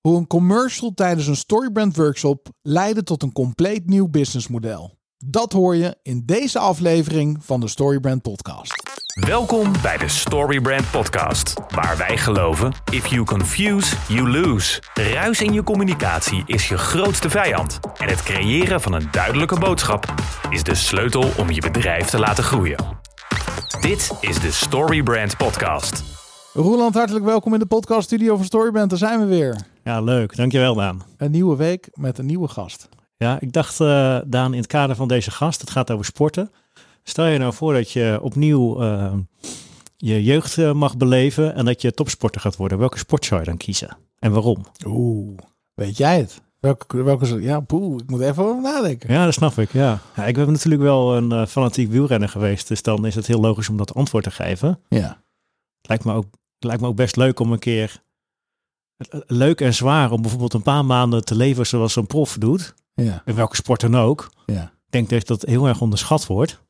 Hoe een commercial tijdens een Storybrand workshop leidde tot een compleet nieuw businessmodel. Dat hoor je in deze aflevering van de Storybrand podcast. Welkom bij de Storybrand podcast, waar wij geloven: if you confuse, you lose. Ruis in je communicatie is je grootste vijand. En het creëren van een duidelijke boodschap is de sleutel om je bedrijf te laten groeien. Dit is de Storybrand podcast. Roeland, hartelijk welkom in de podcaststudio van Storybrand. Daar zijn we weer. Ja, leuk. Dankjewel, Daan. Een nieuwe week met een nieuwe gast. Ja, ik dacht, Daan, in het kader van deze gast, het gaat over sporten. Stel je nou voor dat je opnieuw je jeugd mag beleven en dat je topsporter gaat worden. Welke sport zou je dan kiezen? En waarom? Weet jij het? Welke? Ja, ik moet even over nadenken. Ja, dat snap ik, ja. Ik ben natuurlijk wel een fanatiek wielrenner geweest, dus dan is het heel logisch om dat antwoord te geven. Ja. Het lijkt me ook best leuk om een keer, leuk en zwaar, om bijvoorbeeld een paar maanden te leven zoals een prof doet. Ja. In welke sport dan ook. Ja. Ik denk dat dat heel erg onderschat wordt.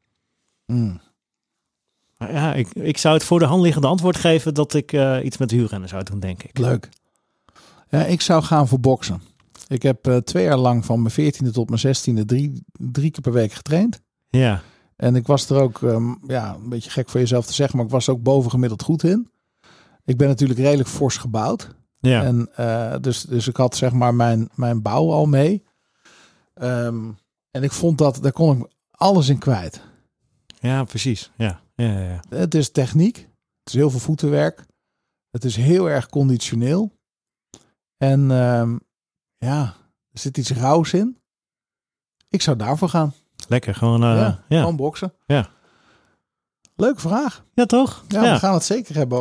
Maar ja, ik zou het voor de hand liggende antwoord geven dat ik iets met wielrennen zou doen, denk ik. Leuk. Ja, ik zou gaan voor boksen. Ik heb 2 jaar lang van mijn 14e tot mijn 16e drie keer per week getraind. Ja. En ik was er ook, een beetje gek voor jezelf te zeggen, maar ik was er ook bovengemiddeld goed in. Ik ben natuurlijk redelijk fors gebouwd. Ja. En dus ik had zeg maar mijn bouw al mee. En ik vond dat, daar kon ik alles in kwijt. Ja, precies. Ja. Het is techniek. Het is heel veel voetenwerk. Het is heel erg conditioneel. En er zit iets rauws in. Ik zou daarvoor gaan. Lekker, gewoon gewoon boksen. Ja. Leuke vraag. Ja, toch? Ja, we gaan het zeker hebben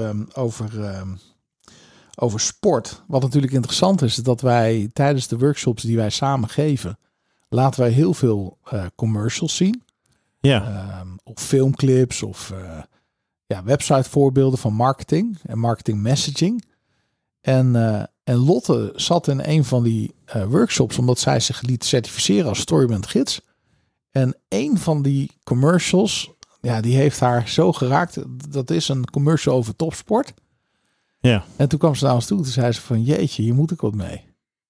over sport. Wat natuurlijk interessant is dat wij tijdens de workshops die wij samen geven, laten wij heel veel commercials zien. Ja. Of filmclips of websitevoorbeelden van marketing en marketing messaging. En Lotte zat in een van die workshops omdat zij zich liet certificeren als Storybrand gids. En een van die commercials, die heeft haar zo geraakt. Dat is een commercial over topsport. Ja. En toen kwam ze naar ons toe. Toen zei ze van jeetje, hier moet ik wat mee.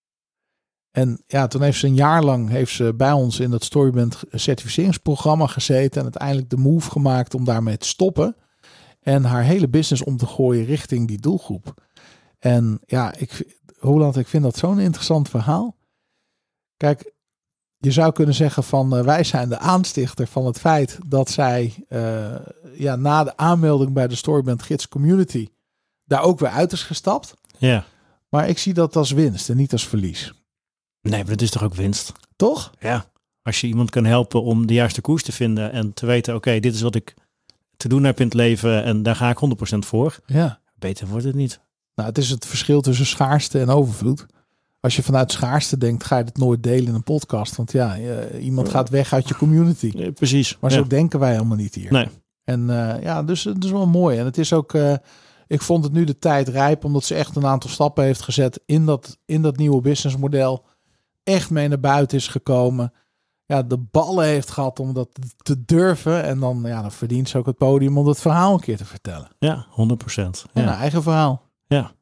En toen heeft ze een jaar lang bij ons in dat Storybrand certificeringsprogramma gezeten. En uiteindelijk de move gemaakt om daarmee te stoppen. En haar hele business om te gooien richting die doelgroep. En Roland, ik vind dat zo'n interessant verhaal. Kijk, je zou kunnen zeggen van wij zijn de aanstichter van het feit dat zij na de aanmelding bij de Storybrand Gids Community daar ook weer uit is gestapt. Ja. Maar ik zie dat als winst en niet als verlies. Nee, maar het is toch ook winst? Toch? Ja. Als je iemand kan helpen om de juiste koers te vinden en te weten, oké, dit is wat ik te doen heb in het leven en daar ga ik 100% voor. Ja. Beter wordt het niet. Nou, het is het verschil tussen schaarste en overvloed. Als je vanuit schaarste denkt, ga je het nooit delen in een podcast. Want iemand gaat weg uit je community. Nee, precies. Maar zo denken wij helemaal niet hier. Nee. En dus het is wel mooi. En het is ook, ik vond het nu de tijd rijp, omdat ze echt een aantal stappen heeft gezet in dat nieuwe businessmodel. Echt mee naar buiten is gekomen. Ja, de ballen heeft gehad om dat te durven. En dan verdient ze ook het podium om het verhaal een keer te vertellen. Ja, 100%. En een eigen verhaal. Ja.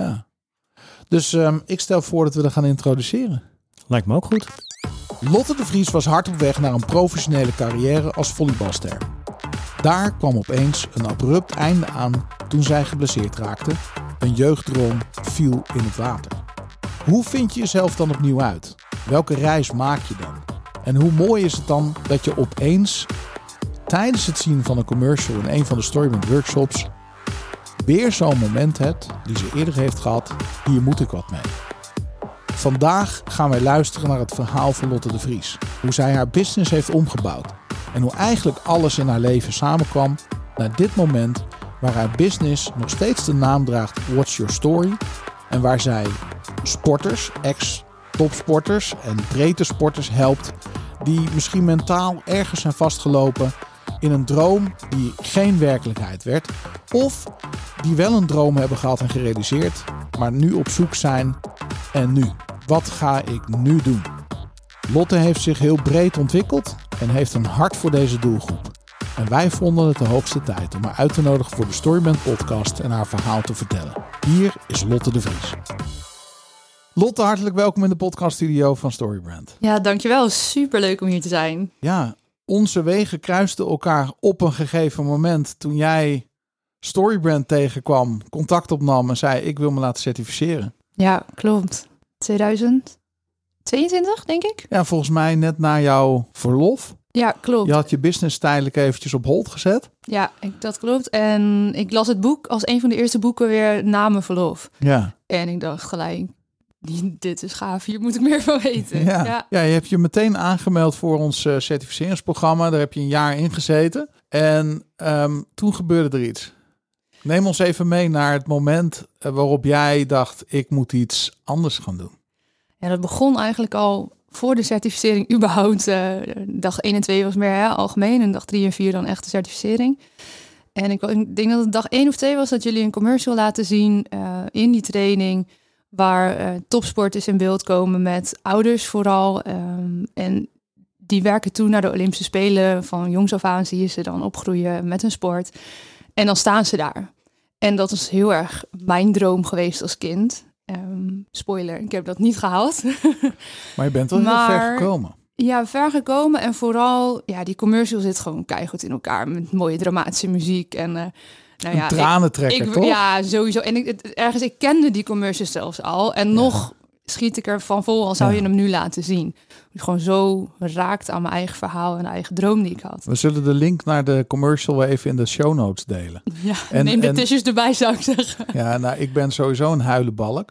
Dus ik stel voor dat we dat gaan introduceren. Lijkt me ook goed. Lotte de Vries was hard op weg naar een professionele carrière als volleybalster. Daar kwam opeens een abrupt einde aan toen zij geblesseerd raakte. Een jeugddroom viel in het water. Hoe vind je jezelf dan opnieuw uit? Welke reis maak je dan? En hoe mooi is het dan dat je opeens tijdens het zien van een commercial in een van de Storybrand workshops weer zo'n moment hebt die ze eerder heeft gehad. Hier moet ik wat mee. Vandaag gaan wij luisteren naar het verhaal van Lotte de Vries. Hoe zij haar business heeft omgebouwd. En hoe eigenlijk alles in haar leven samenkwam naar dit moment waar haar business nog steeds de naam draagt What's Your Story. En waar zij sporters, ex-topsporters en breedte sporters helpt die misschien mentaal ergens zijn vastgelopen in een droom die geen werkelijkheid werd. Of die wel een droom hebben gehad en gerealiseerd, maar nu op zoek zijn. En nu? Wat ga ik nu doen? Lotte heeft zich heel breed ontwikkeld en heeft een hart voor deze doelgroep. En wij vonden het de hoogste tijd om haar uit te nodigen voor de Storybrand podcast en haar verhaal te vertellen. Hier is Lotte de Vries. Lotte, hartelijk welkom in de podcaststudio van Storybrand. Ja, dankjewel. Superleuk om hier te zijn. Ja, onze wegen kruisten elkaar op een gegeven moment toen jij Storybrand tegenkwam, contact opnam en zei ik wil me laten certificeren. Ja, klopt. 2022, denk ik. Ja, volgens mij net na jouw verlof. Ja, klopt. Je had je business tijdelijk eventjes op hold gezet. Ja, dat klopt. En ik las het boek als een van de eerste boeken weer na mijn verlof. Ja. En ik dacht gelijk, dit is gaaf, hier moet ik meer van weten. Ja, je hebt je meteen aangemeld voor ons certificeringsprogramma. Daar heb je een jaar in gezeten. En toen gebeurde er iets. Neem ons even mee naar het moment waarop jij dacht, ik moet iets anders gaan doen. Ja, dat begon eigenlijk al voor de certificering überhaupt. Dag 1 en 2 was meer algemeen en dag 3 en 4 dan echt de certificering. En ik denk dat het dag 1 of 2 was dat jullie een commercial laten zien in die training, waar topsporters in beeld komen met ouders vooral. En die werken toe naar de Olympische Spelen. Van jongs af aan zie je ze dan opgroeien met hun sport. En dan staan ze daar. En dat is heel erg mijn droom geweest als kind. Spoiler, ik heb dat niet gehaald. Maar je bent wel heel ver gekomen. Ja, ver gekomen. En vooral, ja, die commercial zit gewoon keigoed in elkaar. Met mooie dramatische muziek. En tranentrekker, toch? Ja, sowieso. En ik kende die commercials zelfs al. En nog schiet ik er van vol, al zou je hem nu laten zien. Het gewoon zo raakt aan mijn eigen verhaal en de eigen droom die ik had. We zullen de link naar de commercial wel even in de show notes delen. Ja, neem de tissues erbij, zou ik zeggen. Ja, nou, ik ben sowieso een huilenbalk.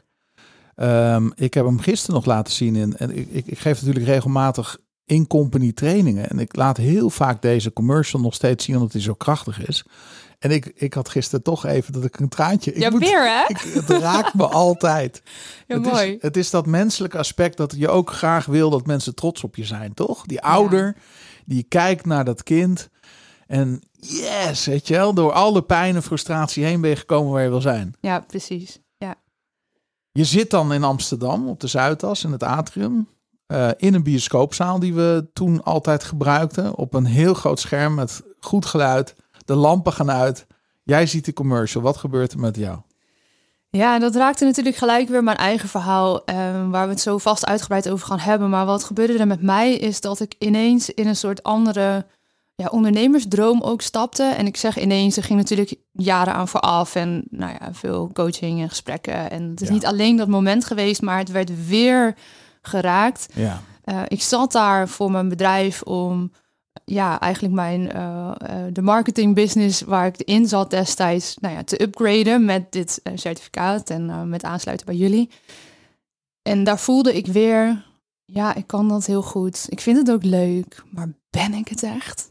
Ik heb hem gisteren nog laten zien ik geef natuurlijk regelmatig in-company trainingen. En ik laat heel vaak deze commercial nog steeds zien omdat hij zo krachtig is. En ik had gisteren toch even dat ik een traantje... Weer, hè? Het raakt me altijd. Ja, mooi. Het is dat menselijke aspect dat je ook graag wil dat mensen trots op je zijn, toch? Die ouder, die kijkt naar dat kind. En yes, weet je wel, door alle pijn en frustratie heen ben je gekomen waar je wil zijn. Ja, precies. Ja. Je zit dan in Amsterdam op de Zuidas in het atrium. In een bioscoopzaal die we toen altijd gebruikten. Op een heel groot scherm met goed geluid. De lampen gaan uit. Jij ziet de commercial. Wat gebeurt er met jou? Ja, dat raakte natuurlijk gelijk weer mijn eigen verhaal. Waar we het zo vast uitgebreid over gaan hebben. Maar wat gebeurde er met mij is dat ik ineens in een soort andere ondernemersdroom ook stapte. En ik zeg ineens, er ging natuurlijk jaren aan vooraf. En veel coaching en gesprekken. En het is niet alleen dat moment geweest, maar het werd weer geraakt. Ja. Ik zat daar voor mijn bedrijf om eigenlijk de marketing business waar ik in zat destijds te upgraden met dit certificaat en met aansluiten bij jullie. En daar voelde ik weer, ik kan dat heel goed. Ik vind het ook leuk, maar ben ik het echt?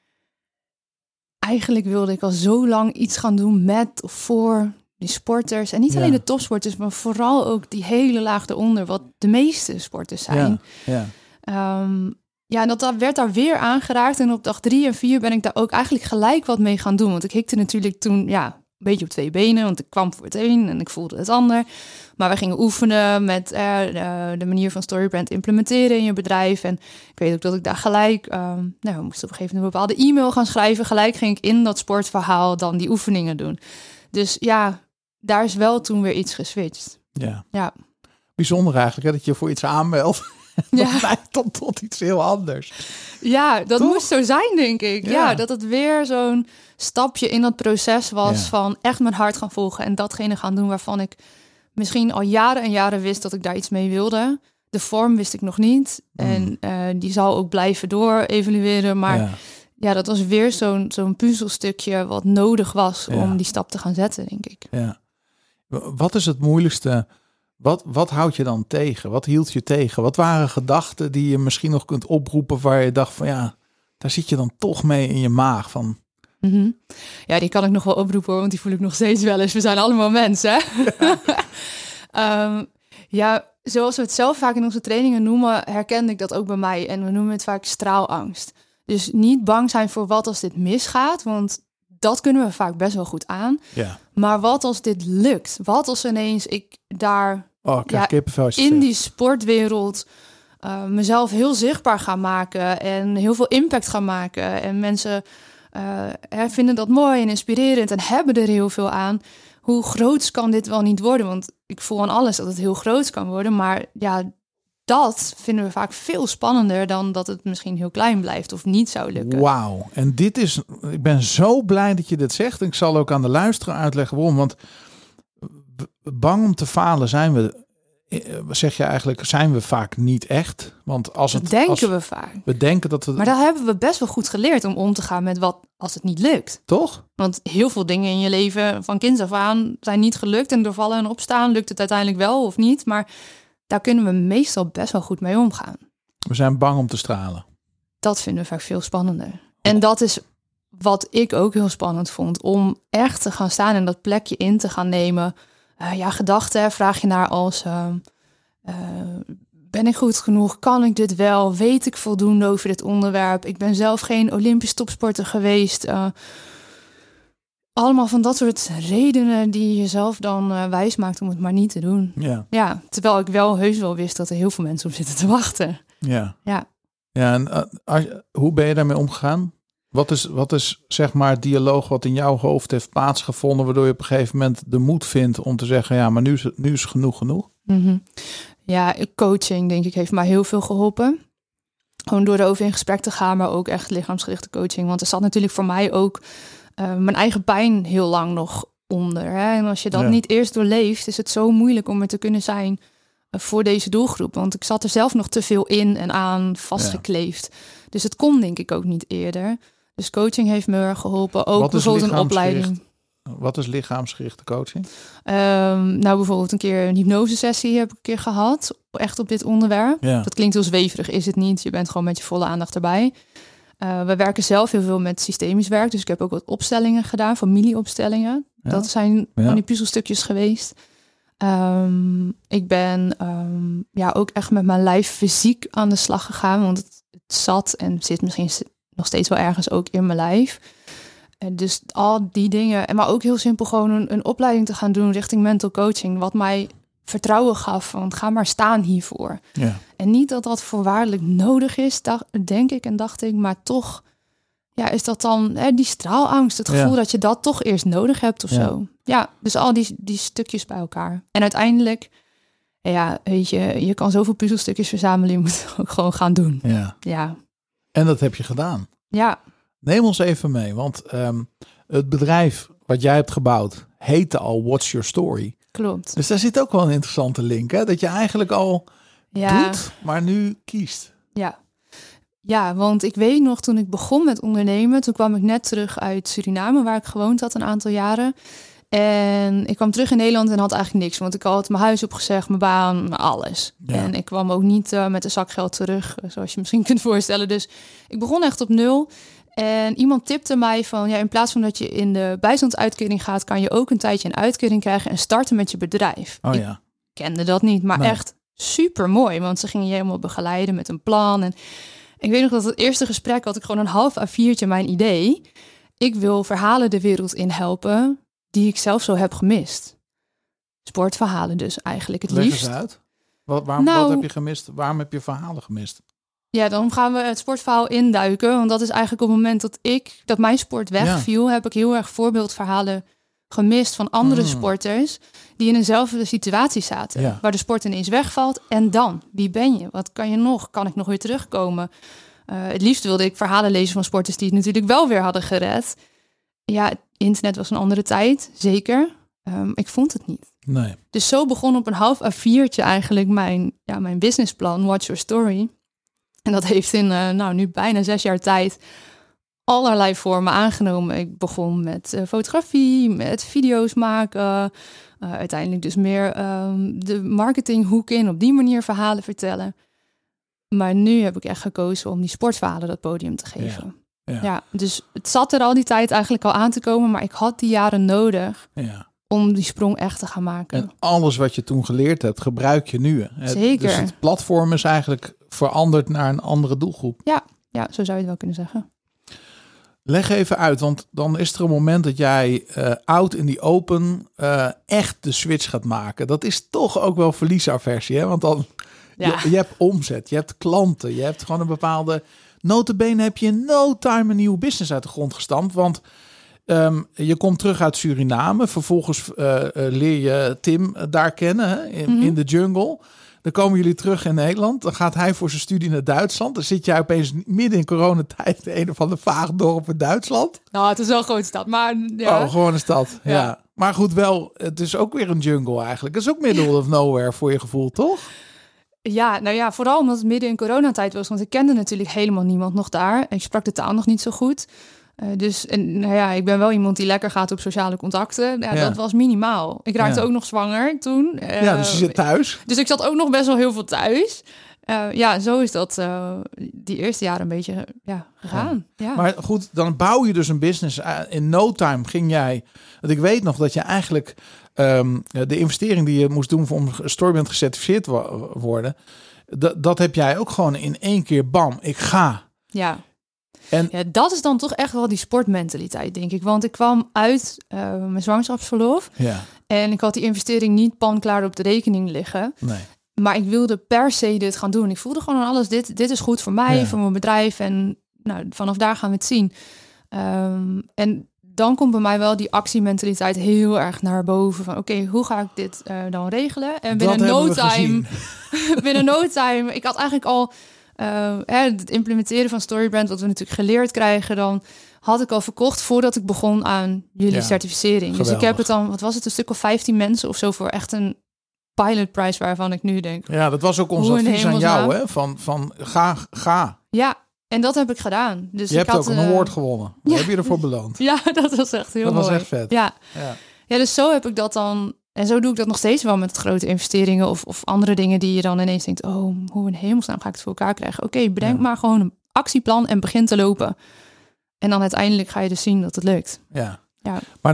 Eigenlijk wilde ik al zo lang iets gaan doen met of voor die sporters. En niet alleen de topsporters, maar vooral ook die hele laag eronder, wat de meeste sporters zijn. En dat werd daar weer aangeraakt. En op dag 3 en 4 ben ik daar ook eigenlijk gelijk wat mee gaan doen. Want ik hikte natuurlijk toen een beetje op 2 benen. Want ik kwam voor het een en ik voelde het ander. Maar we gingen oefenen met de manier van Storybrand implementeren in je bedrijf. En ik weet ook dat ik daar gelijk... we moesten op een gegeven moment een bepaalde e-mail gaan schrijven. Gelijk ging ik in dat sportverhaal dan die oefeningen doen. Dus daar is wel toen weer iets geswitcht. Ja. Bijzonder eigenlijk, dat je voor iets aanmeldt. Dat leidt dan tot iets heel anders. Ja, dat Toch? moest zo zijn, denk ik. Ja, dat het weer zo'n stapje in dat proces was van echt mijn hart gaan volgen en datgene gaan doen waarvan ik misschien al jaren en jaren wist dat ik daar iets mee wilde. De vorm wist ik nog niet. En die zal ook blijven door evalueren. Maar dat was weer zo'n puzzelstukje wat nodig was om die stap te gaan zetten, denk ik. Ja. Wat is het moeilijkste? Wat houdt je dan tegen? Wat hield je tegen? Wat waren gedachten die je misschien nog kunt oproepen waar je dacht van daar zit je dan toch mee in je maag van... Mm-hmm. Ja, die kan ik nog wel oproepen hoor, want die voel ik nog steeds wel eens. We zijn allemaal mensen. Zoals we het zelf vaak in onze trainingen noemen, herkende ik dat ook bij mij. En we noemen het vaak straalangst. Dus niet bang zijn voor wat als dit misgaat, want dat kunnen we vaak best wel goed aan. Ja. Maar wat als dit lukt? Wat als ineens ik daar in die sportwereld mezelf heel zichtbaar ga maken en heel veel impact ga maken. En mensen vinden dat mooi en inspirerend en hebben er heel veel aan. hoe groot kan dit wel niet worden? Want ik voel aan alles dat het heel groot kan worden. Maar ja, dat vinden we vaak veel spannender dan dat het misschien heel klein blijft of niet zou lukken. Wauw. En ik ben zo blij dat je dit zegt. En ik zal ook aan de luisteraar uitleggen waarom. Want bang om te falen zijn we vaak niet echt. Want we vaak. We denken dat we... Maar daar hebben we best wel goed geleerd om te gaan met wat als het niet lukt. Toch? Want heel veel dingen in je leven van kinds af aan zijn niet gelukt. En door vallen en opstaan lukt het uiteindelijk wel of niet. Maar daar kunnen we meestal best wel goed mee omgaan. We zijn bang om te stralen. Dat vinden we vaak veel spannender. En dat is wat ik ook heel spannend vond. Om echt te gaan staan en dat plekje in te gaan nemen. Gedachten vraag je naar als... ben ik goed genoeg? Kan ik dit wel? Weet ik voldoende over dit onderwerp? Ik ben zelf geen Olympisch topsporter geweest. Allemaal van dat soort redenen die je zelf dan wijs maakt om het maar niet te doen. Ja, terwijl ik wel heus wel wist dat er heel veel mensen op zitten te wachten. Ja, en hoe ben je daarmee omgegaan? Wat is zeg maar het dialoog wat in jouw hoofd heeft plaatsgevonden, waardoor je op een gegeven moment de moed vindt om te zeggen, ja, maar nu is genoeg. Mm-hmm. Ja, coaching denk ik heeft mij heel veel geholpen. Gewoon door erover in gesprek te gaan, maar ook echt lichaamsgerichte coaching. Want er zat natuurlijk voor mij ook mijn eigen pijn heel lang nog onder. Hè? En als je dat niet eerst doorleeft, is het zo moeilijk om er te kunnen zijn voor deze doelgroep. Want ik zat er zelf nog te veel in en aan vastgekleefd. Dus het kon denk ik ook niet eerder. Dus coaching heeft me erg geholpen. Ook bijvoorbeeld een opleiding. Wat is lichaamsgerichte coaching? Bijvoorbeeld een keer een hypnosesessie heb ik een keer gehad. Echt op dit onderwerp. Ja. Dat klinkt heel zweverig, is het niet. Je bent gewoon met je volle aandacht erbij. We werken zelf heel veel met systemisch werk. Dus ik heb ook wat opstellingen gedaan, familieopstellingen. Ja. Dat zijn van die puzzelstukjes geweest. Ik ben ook echt met mijn lijf fysiek aan de slag gegaan. Want het zat en zit misschien nog steeds wel ergens ook in mijn lijf. En dus al die dingen. Maar ook heel simpel gewoon een opleiding te gaan doen richting mental coaching. Wat mij vertrouwen gaf. Want ga maar staan hiervoor. Ja. En niet dat dat voorwaardelijk nodig is, denk ik en dacht ik. Maar toch is dat dan die straalangst. Het gevoel dat je dat toch eerst nodig hebt of zo. Ja, dus al die stukjes bij elkaar. En uiteindelijk, weet je kan zoveel puzzelstukjes verzamelen. Je moet het ook gewoon gaan doen. Ja. En dat heb je gedaan. Ja. Neem ons even mee, want het bedrijf wat jij hebt gebouwd heette al What's Your Story. Klopt. Dus daar zit ook wel een interessante link, hè? Dat je eigenlijk al doet, maar nu kiest. Ja, want ik weet nog toen ik begon met ondernemen, toen kwam ik net terug uit Suriname, waar ik gewoond had een aantal jaren. En ik kwam terug in Nederland en had eigenlijk niks, want ik had mijn huis opgezegd, mijn baan, alles. Ja. En ik kwam ook niet met een zak geld terug, zoals je misschien kunt voorstellen. Dus ik begon echt op nul. En iemand tipte mij van, in plaats van dat je in de bijstandsuitkering gaat, kan je ook een tijdje een uitkering krijgen en starten met je bedrijf. Ik kende dat niet, maar echt super mooi, want ze gingen je helemaal begeleiden met een plan. En ik weet nog dat het eerste gesprek had ik gewoon een half A4'tje mijn idee. Ik wil verhalen de wereld in helpen die ik zelf zo heb gemist. Sportverhalen dus eigenlijk het liefst. Leg eens uit. Wat heb je gemist? Waarom heb je verhalen gemist? Ja, dan gaan we het sportverhaal induiken. Want dat is eigenlijk op het moment dat mijn sport wegviel, heb ik heel erg voorbeeldverhalen gemist van andere sporters die in eenzelfde situatie zaten. Waar de sport ineens wegvalt. En dan, wie ben je? Wat kan je nog? Kan ik nog weer terugkomen? Het liefst wilde ik verhalen lezen van sporters die het natuurlijk wel weer hadden gered. Ja, internet was een andere tijd, zeker. Ik vond het niet. Nee. Dus zo begon op een half A4'tje eigenlijk mijn businessplan, What's Your Story. En dat heeft in nu bijna 6 jaar tijd allerlei vormen aangenomen. Ik begon met fotografie, met video's maken. Uiteindelijk dus meer de marketinghoek in, op die manier verhalen vertellen. Maar nu heb ik echt gekozen om die sportverhalen dat podium te geven. Ja, dus het zat er al die tijd eigenlijk al aan te komen, maar ik had die jaren nodig om die sprong echt te gaan maken. En alles wat je toen geleerd hebt, gebruik je nu. Zeker. Dus het platform is eigenlijk veranderd naar een andere doelgroep. Ja, zo zou je het wel kunnen zeggen. Leg even uit, want dan is er een moment dat jij out in die open echt de switch gaat maken. Dat is toch ook wel verliesaversie, hè? Want dan je hebt omzet, je hebt klanten, je hebt gewoon een bepaalde... Nota bene heb je in no time een nieuwe business uit de grond gestampt, want Je komt terug uit Suriname. Vervolgens leer je Tim daar kennen, hè, in de jungle. Dan komen jullie terug in Nederland. Dan gaat hij voor zijn studie naar Duitsland. Dan zit jij opeens midden in coronatijd in een of ander vaag dorp in Duitsland. Nou, het is wel een grote stad, maar ja. Oh, gewoon een stad. Ja. Maar goed, wel, het is ook weer een jungle eigenlijk. Het is ook middle of nowhere voor je gevoel, toch? Ja, nou ja, vooral omdat het midden in coronatijd was. Want ik kende natuurlijk helemaal niemand nog daar. Ik sprak de taal nog niet zo goed. Ik ben wel iemand die lekker gaat op sociale contacten. Dat was minimaal. Ik raakte ook nog zwanger toen. Dus je zit thuis. Dus ik zat ook nog best wel heel veel thuis. Zo is dat die eerste jaren een beetje gegaan. Ja. Maar goed, dan bouw je dus een business. In no time ging jij... Want ik weet nog dat je eigenlijk de investering die je moest doen om Storybrand gecertificeerd te worden, dat heb jij ook gewoon in één keer, bam, ik ga. Ja. En dat is dan toch echt wel die sportmentaliteit, denk ik. Want ik kwam uit mijn zwangerschapsverlof. Ja. En ik had die investering niet panklaar op de rekening liggen. Nee. Maar ik wilde per se dit gaan doen. Ik voelde gewoon aan alles, dit is goed voor mij, voor mijn bedrijf. En vanaf daar gaan we het zien. En dan komt bij mij wel die actiementaliteit heel erg naar boven. Van oké, hoe ga ik dit dan regelen? En binnen no time, ik had eigenlijk al het implementeren van Storybrand, wat we natuurlijk geleerd krijgen, dan had ik al verkocht voordat ik begon aan jullie certificering. Geweldig. Dus ik heb het dan, wat was het, een stuk of 15 mensen of zo voor echt een pilotprijs waarvan ik nu denk. Ja, dat was ook ons advies aan jou, hè? Van ga. Ja. En dat heb ik gedaan. Dus je hebt ook een award gewonnen. Wat heb je ervoor beloond? Ja, dat was echt heel mooi. Dat was echt vet. Ja, dus zo heb ik dat dan. En zo doe ik dat nog steeds wel met grote investeringen of andere dingen die je dan ineens denkt, oh, hoe in hemelsnaam ga ik het voor elkaar krijgen? Oké, bedenk maar gewoon een actieplan en begin te lopen. En dan uiteindelijk ga je dus zien dat het lukt. Ja. Maar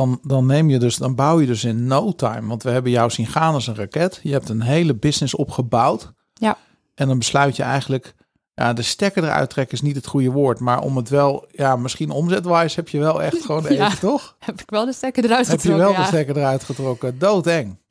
dan bouw je dus in no time. Want we hebben jou zien gaan als een raket. Je hebt een hele business opgebouwd. Ja. En dan besluit je eigenlijk, de stekker eruit trekken is niet het goede woord. Maar om het wel, misschien omzetwise heb je wel echt gewoon even, toch? Heb ik wel de stekker eruit getrokken. Heb je wel de stekker eruit getrokken. Doodeng.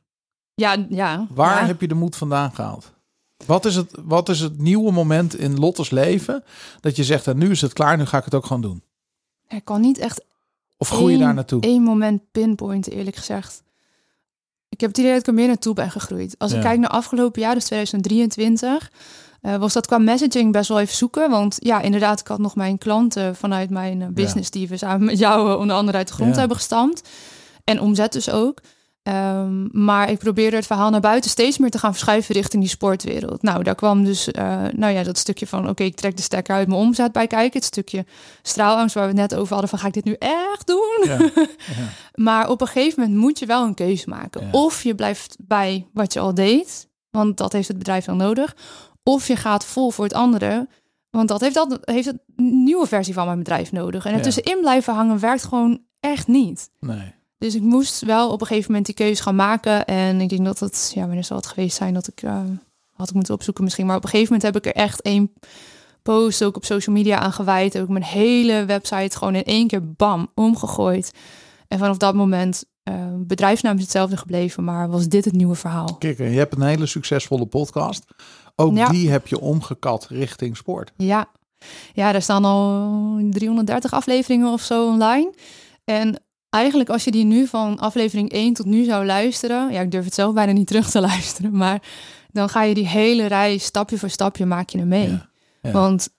Ja. Waar heb je de moed vandaan gehaald? Wat is het nieuwe moment in Lotte's leven dat je zegt, nu is het klaar, nu ga ik het ook gewoon doen? Ik kan niet echt of groei je daar naartoe? 1 moment pinpointen, eerlijk gezegd. Ik heb het idee dat ik er meer naartoe ben gegroeid. Als ik kijk naar afgelopen jaar, dus 2023, was dat qua messaging best wel even zoeken. Want inderdaad, ik had nog mijn klanten vanuit mijn business die we samen met jou onder andere uit de grond hebben gestampt. En omzet dus ook. Maar ik probeerde het verhaal naar buiten steeds meer te gaan verschuiven richting die sportwereld. Nou, daar kwam dus dat stukje van oké, ik trek de stekker uit mijn omzet bij kijken. Het stukje straalangst waar we het net over hadden van ga ik dit nu echt doen? Ja. Maar op een gegeven moment moet je wel een keuze maken. Ja. Of je blijft bij wat je al deed, want dat heeft het bedrijf dan nodig. Of je gaat vol voor het andere, want dat heeft een nieuwe versie van mijn bedrijf nodig. En er tussenin blijven hangen werkt gewoon echt niet. Nee. Dus ik moest wel op een gegeven moment die keuze gaan maken. En ik denk dat het, wanneer zal het geweest zijn dat ik, had ik moeten opzoeken misschien. Maar op een gegeven moment heb ik er echt 1 post ook op social media aan gewijd. Ook mijn hele website gewoon in 1 keer bam, omgegooid. En vanaf dat moment, bedrijfsnaam is hetzelfde gebleven, maar was dit het nieuwe verhaal. Kijk, je hebt een hele succesvolle podcast. Ook die heb je omgekat richting sport. Ja, daar staan al 330 afleveringen of zo online. En eigenlijk als je die nu van aflevering 1 tot nu zou luisteren, ik durf het zelf bijna niet terug te luisteren, maar dan ga je die hele reis stapje voor stapje maak je er mee. Ja. Want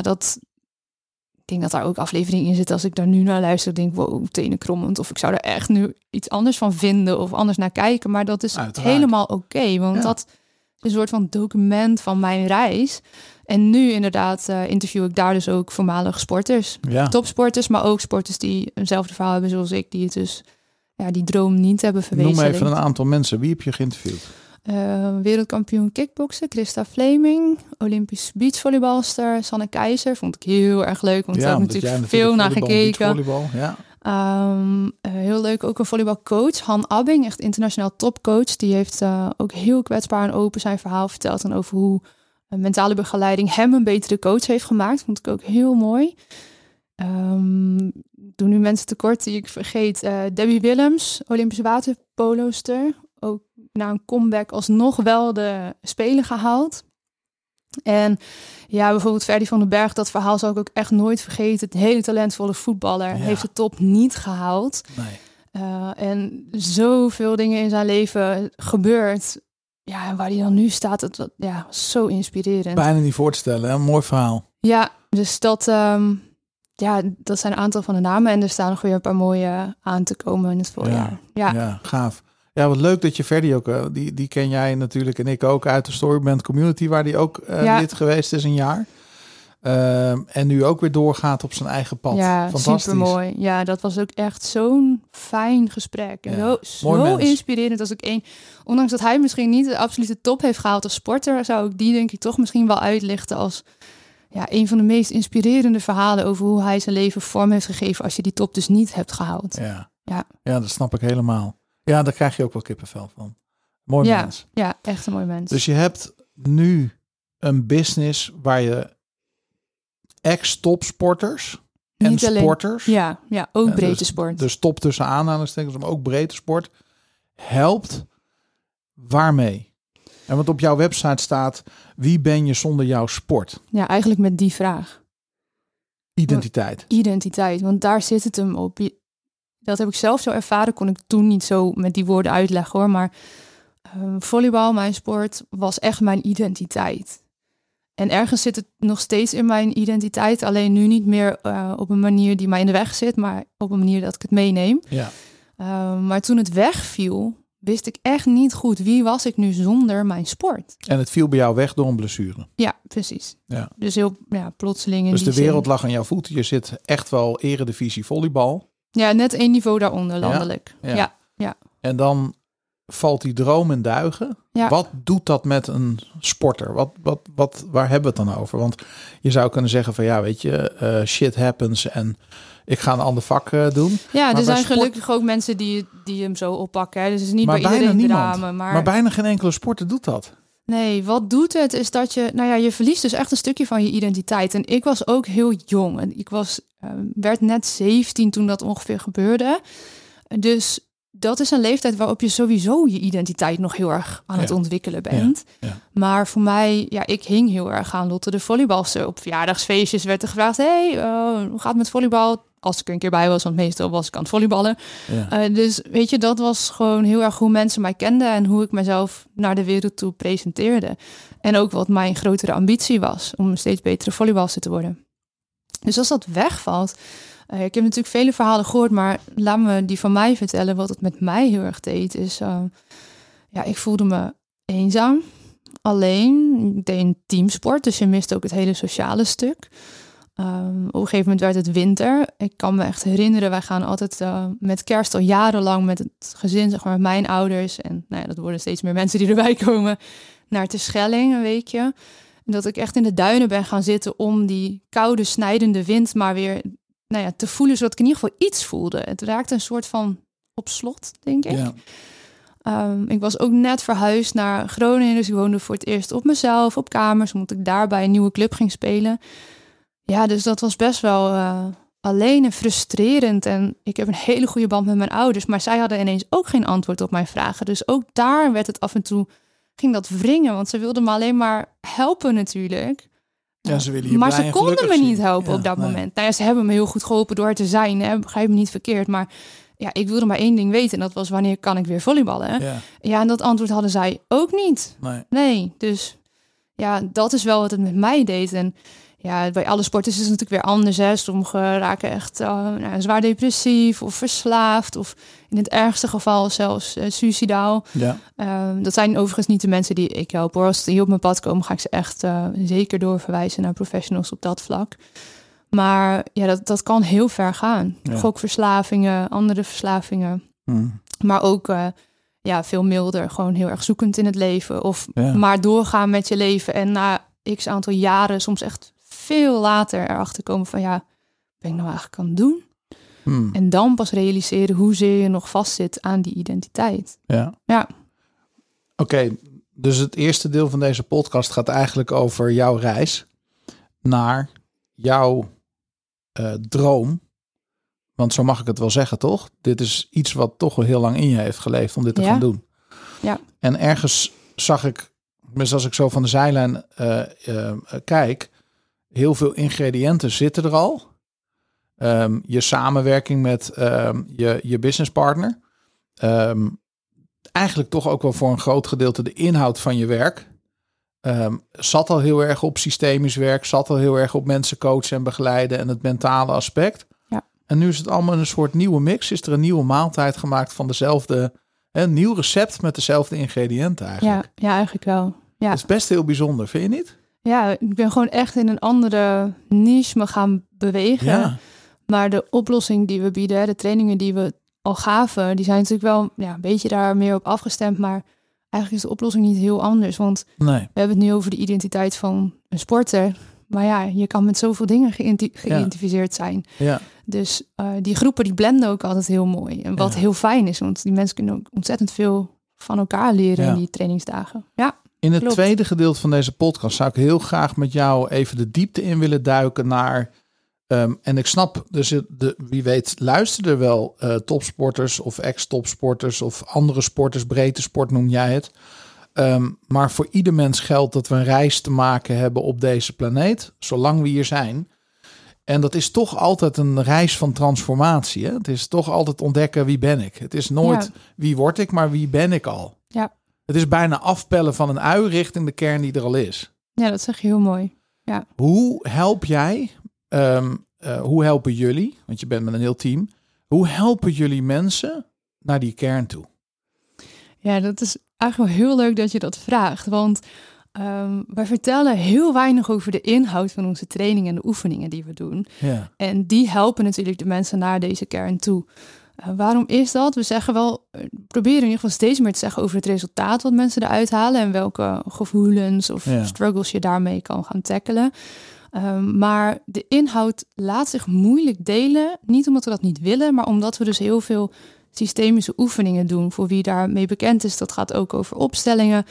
ik denk dat daar ook afleveringen in zitten. Als ik daar nu naar luister, denk ik, wow, tenenkrommend. Of ik zou er echt nu iets anders van vinden of anders naar kijken. Maar dat is helemaal oké, want dat is een soort van document van mijn reis. En nu inderdaad interview ik daar dus ook voormalig sporters. Ja. Topsporters, maar ook sporters die eenzelfde verhaal hebben zoals ik. Die het dus, die droom niet hebben verwezenlijkt. Noem even een aantal mensen. Wie heb je geïnterviewd? Wereldkampioen kickboksen, Christa Fleming. Olympisch beachvolleybalster, Sanne Keizer. Vond ik heel erg leuk, want daar heb ik natuurlijk veel naar gekeken. Heel leuk, ook een volleybalcoach, Han Abbing, echt internationaal topcoach. Die heeft ook heel kwetsbaar en open zijn verhaal verteld. En over hoe mentale begeleiding hem een betere coach heeft gemaakt. Vond ik ook heel mooi. Doe nu mensen tekort die ik vergeet. Debbie Willems, Olympische waterpoloster. Ook na een comeback alsnog wel de Spelen gehaald. En ja, bijvoorbeeld Ferdy van den Berg, dat verhaal zal ik ook echt nooit vergeten. Het hele talentvolle voetballer heeft de top niet gehaald. Nee. En zoveel dingen in zijn leven gebeurd. Ja, en waar hij dan nu staat, het was zo inspirerend. Bijna niet voor te stellen, hè? Een mooi verhaal. Ja, dus dat zijn een aantal van de namen. En er staan nog weer een paar mooie aan te komen in het voorjaar. Ja, gaaf. Ja, wat leuk dat je Ferdy ook, die ken jij natuurlijk en ik ook uit de Storyband community, waar die ook lid geweest is een jaar. En nu ook weer doorgaat op zijn eigen pad. Ja, fantastisch. supermooi. Ja, dat was ook echt zo'n fijn gesprek. Ja, zo inspirerend als ik ondanks dat hij misschien niet de absolute top heeft gehaald als sporter, zou ik die denk ik toch misschien wel uitlichten als een van de meest inspirerende verhalen over hoe hij zijn leven vorm heeft gegeven als je die top dus niet hebt gehaald. Ja, dat snap ik helemaal. Ja, daar krijg je ook wel kippenvel van. Mooi mens. Ja, echt een mooi mens. Dus je hebt nu een business waar je ex-topsporters en niet alleen sporters. Ja, ook breedte sport. Dus top tussen aanhalingstekens, maar ook breedte sport helpt. Waarmee? En want op jouw website staat, wie ben je zonder jouw sport? Ja, eigenlijk met die vraag. Identiteit, want daar zit het hem op. Dat heb ik zelf zo ervaren, kon ik toen niet zo met die woorden uitleggen hoor. Maar volleybal, mijn sport, was echt mijn identiteit. En ergens zit het nog steeds in mijn identiteit. Alleen nu niet meer op een manier die mij in de weg zit, maar op een manier dat ik het meeneem. Ja. Maar toen het wegviel, wist ik echt niet goed wie was ik nu zonder mijn sport. En het viel bij jou weg door een blessure. Ja, precies. Ja. Dus heel plotseling. Dus de wereld lag aan jouw voeten. Je zit echt wel eredivisie volleybal. Ja, net 1 niveau daaronder landelijk. Ja. En dan valt die droom in duigen. Ja. Wat doet dat met een sporter? Waar hebben we het dan over? Want je zou kunnen zeggen van weet je, shit happens en ik ga een ander vak doen. Ja, maar er zijn gelukkig ook mensen die hem zo oppakken. Hè. Dus het is niet bij iedereen drama. Maar bijna geen enkele sporter doet dat. Nee, wat doet het is dat je verliest dus echt een stukje van je identiteit. En ik was ook heel jong. En ik werd net 17 toen dat ongeveer gebeurde. Dus dat is een leeftijd waarop je sowieso je identiteit nog heel erg aan het ontwikkelen bent. Ja. Maar voor mij, ik hing heel erg aan Lotte de volleybalster. Op verjaardagsfeestjes werd er gevraagd, hoe gaat het met volleybal? Als ik er een keer bij was, want meestal was ik aan het volleyballen. Ja. Dus weet je, dat was gewoon heel erg hoe mensen mij kenden en hoe ik mezelf naar de wereld toe presenteerde. En ook wat mijn grotere ambitie was, om een steeds betere volleybalster te worden. Dus als dat wegvalt, ik heb natuurlijk vele verhalen gehoord, maar laat me die van mij vertellen. Wat het met mij heel erg deed, is ik voelde me eenzaam, alleen. Ik deed een teamsport, dus je mist ook het hele sociale stuk. Op een gegeven moment werd het winter. Ik kan me echt herinneren, wij gaan altijd met kerst al jarenlang met het gezin, zeg maar, met mijn ouders. En dat worden steeds meer mensen die erbij komen, naar Terschelling een weekje. En dat ik echt in de duinen ben gaan zitten om die koude, snijdende wind maar weer te voelen, zodat ik in ieder geval iets voelde. Het raakte een soort van op slot, denk ik. Ja. Ik was ook net verhuisd naar Groningen, dus ik woonde voor het eerst op mezelf, op kamers, omdat ik daar bij een nieuwe club ging spelen. Ja, dus dat was best wel alleen en frustrerend. En ik heb een hele goede band met mijn ouders, maar zij hadden ineens ook geen antwoord op mijn vragen. Dus ook daar werd het af en toe, ging dat wringen, want ze wilden me alleen maar helpen natuurlijk. Ja, ze willen je maar ze konden me niet helpen op dat nee. moment. Ze hebben me heel goed geholpen door te zijn. Hè? Begrijp me niet verkeerd. Maar ik wilde maar 1 ding weten. En dat was, wanneer kan ik weer volleyballen? Ja, en dat antwoord hadden zij ook niet. Nee. Dus dat is wel wat het met mij deed. En bij alle sporters is het natuurlijk weer anders. Hè? Sommigen raken echt zwaar depressief of verslaafd. Of in het ergste geval zelfs suicidaal. Ja. Dat zijn overigens niet de mensen die ik help. Hoor. Als die op mijn pad komen, ga ik ze echt zeker doorverwijzen naar professionals op dat vlak. Maar dat kan heel ver gaan. Ja. Gokverslavingen, andere verslavingen. Maar ook veel milder. Gewoon heel erg zoekend in het leven. Of maar doorgaan met je leven. En na x aantal jaren, soms echt veel later erachter komen van ben ik nou eigenlijk aan het doen? En dan pas realiseren hoezeer je nog vastzit aan die identiteit. Ja. Oké, dus het eerste deel van deze podcast gaat eigenlijk over jouw reis naar jouw droom. Want zo mag ik het wel zeggen, toch? Dit is iets wat toch wel heel lang in je heeft geleefd om dit te gaan doen. Ja. En ergens zag ik Dus als ik zo van de zijlijn kijk, heel veel ingrediënten zitten er al. Je samenwerking met je businesspartner. Eigenlijk toch ook wel voor een groot gedeelte de inhoud van je werk. Zat al heel erg op systemisch werk. Zat al heel erg op mensen coachen en begeleiden. En het mentale aspect. Ja. En nu is het allemaal een soort nieuwe mix. Is er een nieuwe maaltijd gemaakt van dezelfde... Een nieuw recept met dezelfde ingrediënten eigenlijk. Ja, eigenlijk wel. Ja. Dat is best heel bijzonder, vind je niet? Ja, ik ben gewoon echt in een andere niche me gaan bewegen. Ja. Maar de oplossing die we bieden, de trainingen die we al gaven, die zijn natuurlijk wel een beetje daar meer op afgestemd. Maar eigenlijk is de oplossing niet heel anders. Want we hebben het nu over de identiteit van een sporter. Maar ja, je kan met zoveel dingen geïdentificeerd zijn. Ja. Dus die groepen die blenden ook altijd heel mooi. En wat heel fijn is, want die mensen kunnen ook ontzettend veel van elkaar leren in die trainingsdagen. Ja, in het tweede gedeelte van deze podcast zou ik heel graag met jou even de diepte in willen duiken naar... en ik snap, dus wie weet luisteren er wel topsporters of ex-topsporters of andere sporters, breedte sport noem jij het. Maar voor ieder mens geldt dat we een reis te maken hebben op deze planeet, zolang we hier zijn. En dat is toch altijd een reis van transformatie. Hè? Het is toch altijd ontdekken wie ben ik. Het is nooit wie word ik, maar wie ben ik al. Ja. Het is bijna afpellen van een ui richting de kern die er al is. Ja, dat zeg je heel mooi. Ja. Hoe help jij, hoe helpen jullie, want je bent met een heel team. Hoe helpen jullie mensen naar die kern toe? Ja, dat is eigenlijk wel heel leuk dat je dat vraagt. Want wij vertellen heel weinig over de inhoud van onze trainingen en de oefeningen die we doen. Ja. En die helpen natuurlijk de mensen naar deze kern toe. Waarom is dat? We zeggen wel, proberen in ieder geval steeds meer te zeggen over het resultaat wat mensen eruit halen en welke gevoelens of struggles je daarmee kan gaan tackelen. Maar de inhoud laat zich moeilijk delen. Niet omdat we dat niet willen, maar omdat we dus heel veel systemische oefeningen doen. Voor wie daarmee bekend is, dat gaat ook over opstellingen.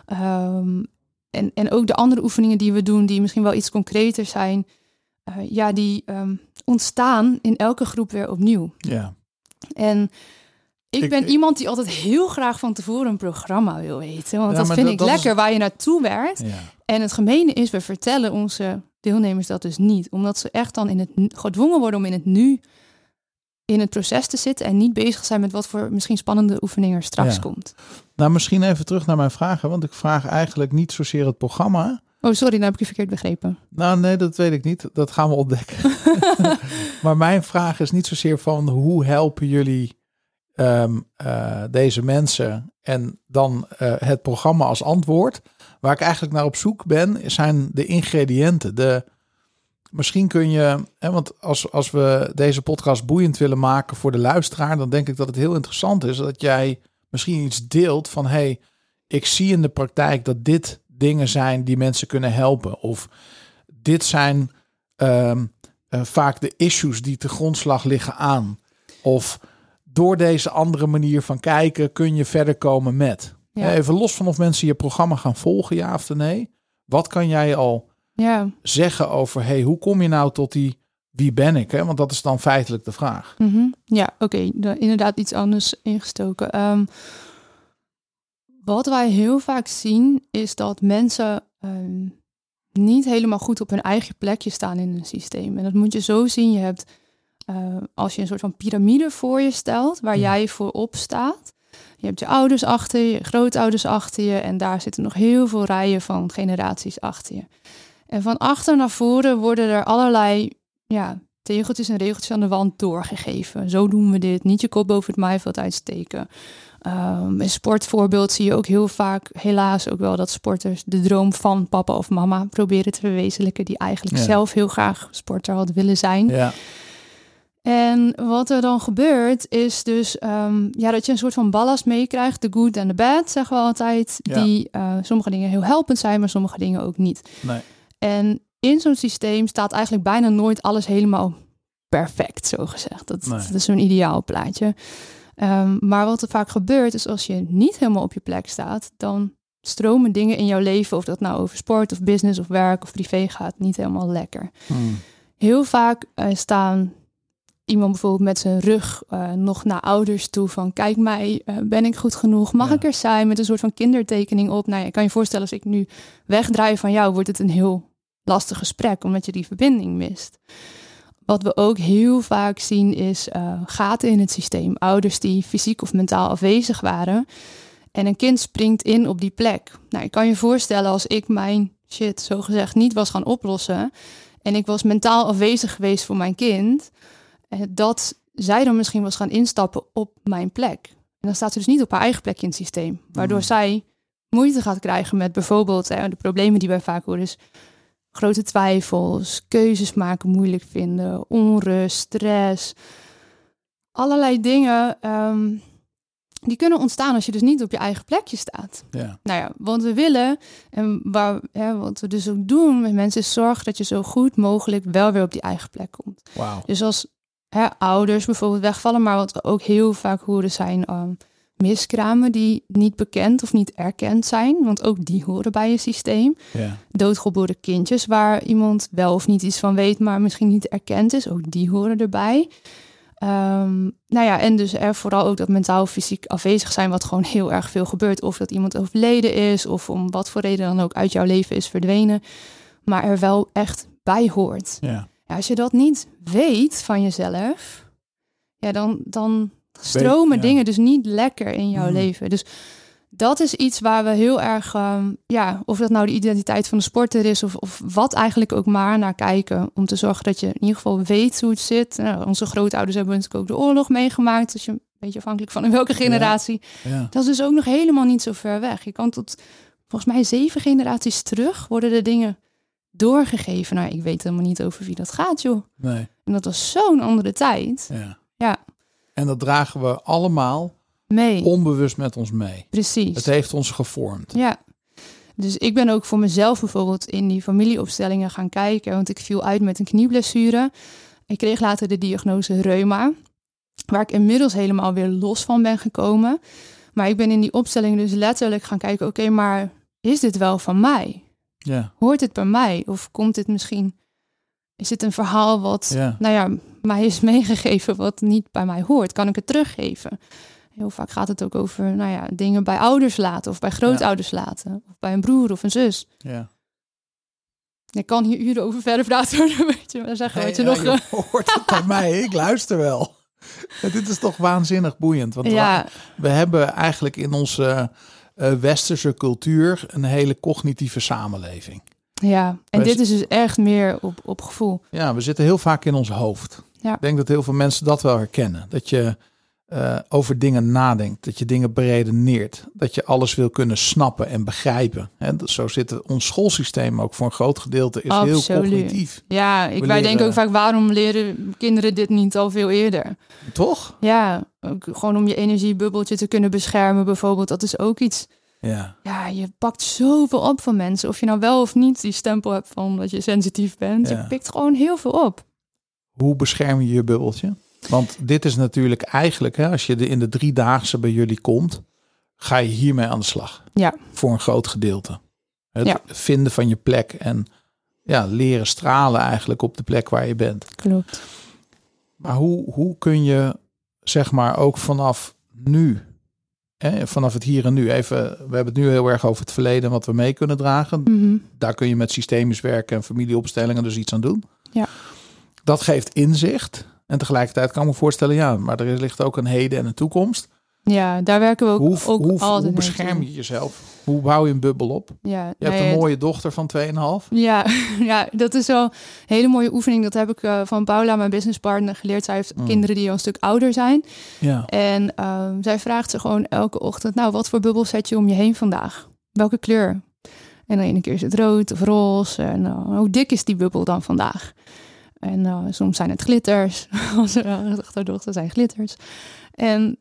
En ook de andere oefeningen die we doen, die misschien wel iets concreter zijn, die ontstaan in elke groep weer opnieuw. Ja. En ik ben iemand die altijd heel graag van tevoren een programma wil weten. Want dat vind ik lekker, waar je naartoe werkt. Ja. En het gemene is, we vertellen onze deelnemers dat dus niet. Omdat ze echt dan gedwongen worden om in het nu in het proces te zitten en niet bezig zijn met wat voor misschien spannende oefeningen er straks komt. Nou, misschien even terug naar mijn vragen, want ik vraag eigenlijk niet zozeer het programma. Oh, sorry, dan heb ik je verkeerd begrepen. Nou, nee, dat weet ik niet. Dat gaan we ontdekken. Maar mijn vraag is niet zozeer van hoe helpen jullie deze mensen en dan het programma als antwoord. Waar ik eigenlijk naar op zoek ben, zijn de ingrediënten. Misschien kun je, want als we deze podcast boeiend willen maken voor de luisteraar, dan denk ik dat het heel interessant is dat jij misschien iets deelt van, hey, ik zie in de praktijk dat dit dingen zijn die mensen kunnen helpen. Of dit zijn vaak de issues die te grondslag liggen aan. Of door deze andere manier van kijken kun je verder komen met. Ja. Even los van of mensen je programma gaan volgen, ja of nee. Wat kan jij al zeggen over, hey, hoe kom je nou tot die wie ben ik? Hè? Want dat is dan feitelijk de vraag. Mm-hmm. Ja, oké. Inderdaad iets anders ingestoken. Wat wij heel vaak zien is dat mensen niet helemaal goed op hun eigen plekje staan in een systeem. En dat moet je zo zien. Je hebt, als je een soort van piramide voor je stelt, waar jij voorop staat. Je hebt je ouders achter je, je grootouders achter je. En daar zitten nog heel veel rijen van generaties achter je. En van achter naar voren worden er allerlei tegeltjes en regeltjes aan de wand doorgegeven. Zo doen we dit. Niet je kop boven het maaiveld uitsteken. Een sportvoorbeeld zie je ook heel vaak, helaas ook wel, dat sporters de droom van papa of mama proberen te verwezenlijken, die eigenlijk zelf heel graag sporter had willen zijn. Ja. En wat er dan gebeurt is dus dat je een soort van ballast meekrijgt, de good en de bad, zeggen we altijd, die sommige dingen heel helpend zijn, maar sommige dingen ook niet. Nee. En in zo'n systeem staat eigenlijk bijna nooit alles helemaal perfect, zo gezegd. Dat is zo'n ideaal plaatje. Maar wat er vaak gebeurt is als je niet helemaal op je plek staat, dan stromen dingen in jouw leven, of dat nou over sport of business of werk of privé gaat, niet helemaal lekker. Heel vaak staan iemand bijvoorbeeld met zijn rug nog naar ouders toe van kijk mij, ben ik goed genoeg? Mag ik er zijn? Met een soort van kindertekening op. Nou, je kan je voorstellen als ik nu wegdraai van jou, wordt het een heel lastig gesprek, omdat je die verbinding mist. Wat we ook heel vaak zien is gaten in het systeem. Ouders die fysiek of mentaal afwezig waren. En een kind springt in op die plek. Nou, je kan je voorstellen als ik mijn shit zogezegd niet was gaan oplossen. En ik was mentaal afwezig geweest voor mijn kind. Dat zij dan misschien was gaan instappen op mijn plek. En dan staat ze dus niet op haar eigen plek in het systeem. Waardoor zij moeite gaat krijgen met bijvoorbeeld de problemen die wij vaak horen. Dus grote twijfels, keuzes maken moeilijk vinden, onrust, stress. Allerlei dingen die kunnen ontstaan als je dus niet op je eigen plekje staat. Ja. Nou ja, wat we willen en wat we dus ook doen met mensen is zorgen dat je zo goed mogelijk wel weer op die eigen plek komt. Wauw. Dus als ouders bijvoorbeeld wegvallen, maar wat we ook heel vaak horen zijn miskramen die niet bekend of niet erkend zijn, want ook die horen bij je systeem. Ja. Doodgeboren kindjes waar iemand wel of niet iets van weet, maar misschien niet erkend is, ook die horen erbij. Nou ja, en dus vooral ook dat mentaal of fysiek afwezig zijn, wat gewoon heel erg veel gebeurt. Of dat iemand overleden is, of om wat voor reden dan ook uit jouw leven is verdwenen, maar er wel echt bij hoort. Ja. Ja, als je dat niet weet van jezelf, ja, dan stromen dingen dus niet lekker in jouw leven. Dus dat is iets waar we heel erg, of dat nou de identiteit van de sporter is of wat eigenlijk ook maar naar kijken. Om te zorgen dat je in ieder geval weet hoe het zit. Nou, onze grootouders hebben natuurlijk ook de oorlog meegemaakt. Dus je een beetje afhankelijk van in welke generatie. Ja. Ja. Dat is dus ook nog helemaal niet zo ver weg. Je kan tot volgens mij 7 generaties terug worden de dingen doorgegeven. Nou, ik weet helemaal niet over wie dat gaat, joh. Nee. En dat was zo'n andere tijd. Ja. Ja. En dat dragen we allemaal Mee. onbewust met ons mee. Precies. Het heeft ons gevormd. Ja. Dus ik ben ook voor mezelf bijvoorbeeld in die familieopstellingen gaan kijken. Want ik viel uit met een knieblessure. Ik kreeg later de diagnose reuma. Waar ik inmiddels helemaal weer los van ben gekomen. Maar ik ben in die opstelling dus letterlijk gaan kijken. Oké, maar is dit wel van mij? Ja. Hoort het bij mij? Of komt dit misschien... Is dit een verhaal wat mij is meegegeven wat niet bij mij hoort? Kan ik het teruggeven? Heel vaak gaat het ook over dingen bij ouders laten of bij grootouders laten. Of bij een broer of een zus. Ja. Ik kan hier uren over verder praten. Weet je, maar zeggen wat je nog... Je hoort het bij mij, ik luister wel. Dit is toch waanzinnig boeiend. Want we hebben eigenlijk in onze westerse cultuur een hele cognitieve samenleving. Ja, en dit is dus echt meer op gevoel. Ja, we zitten heel vaak in ons hoofd. Ja. Ik denk dat heel veel mensen dat wel herkennen. Dat je over dingen nadenkt, dat je dingen beredeneert, dat je alles wil kunnen snappen en begrijpen. Zo zit ons schoolsysteem ook voor een groot gedeelte is heel cognitief. Ja, wij denken ook vaak, waarom leren kinderen dit niet al veel eerder? Toch? Ja, ook gewoon om je energiebubbeltje te kunnen beschermen bijvoorbeeld. Dat is ook iets... Ja, je pakt zoveel op van mensen. Of je nou wel of niet die stempel hebt van dat je sensitief bent. Je pikt gewoon heel veel op. Hoe bescherm je je bubbeltje? Want dit is natuurlijk eigenlijk, als je in de 3-daagse bij jullie komt, ga je hiermee aan de slag. Ja. Voor een groot gedeelte. Het vinden van je plek en leren stralen eigenlijk op de plek waar je bent. Klopt. Maar hoe kun je, zeg maar, ook vanaf nu, vanaf het hier en nu, we hebben het nu heel erg over het verleden wat we mee kunnen dragen. Mm-hmm. Daar kun je met systemisch werken en familieopstellingen dus iets aan doen. Ja. Dat geeft inzicht. En tegelijkertijd kan ik me voorstellen, maar er ligt ook een heden en een toekomst. Ja, daar werken we ook altijd. Hoe bescherm je jezelf? Hoe bouw je een bubbel op? Ja, je hebt een mooie dochter van 2,5. Ja, dat is wel een hele mooie oefening. Dat heb ik van Paula, mijn businesspartner, geleerd. Zij heeft kinderen die al een stuk ouder zijn. Ja. En zij vraagt ze gewoon elke ochtend, wat voor bubbel zet je om je heen vandaag? Welke kleur? En dan ene keer is het rood of roze. En hoe dik is die bubbel dan vandaag? En soms zijn het glitters. Onze achterdochter zijn glitters. En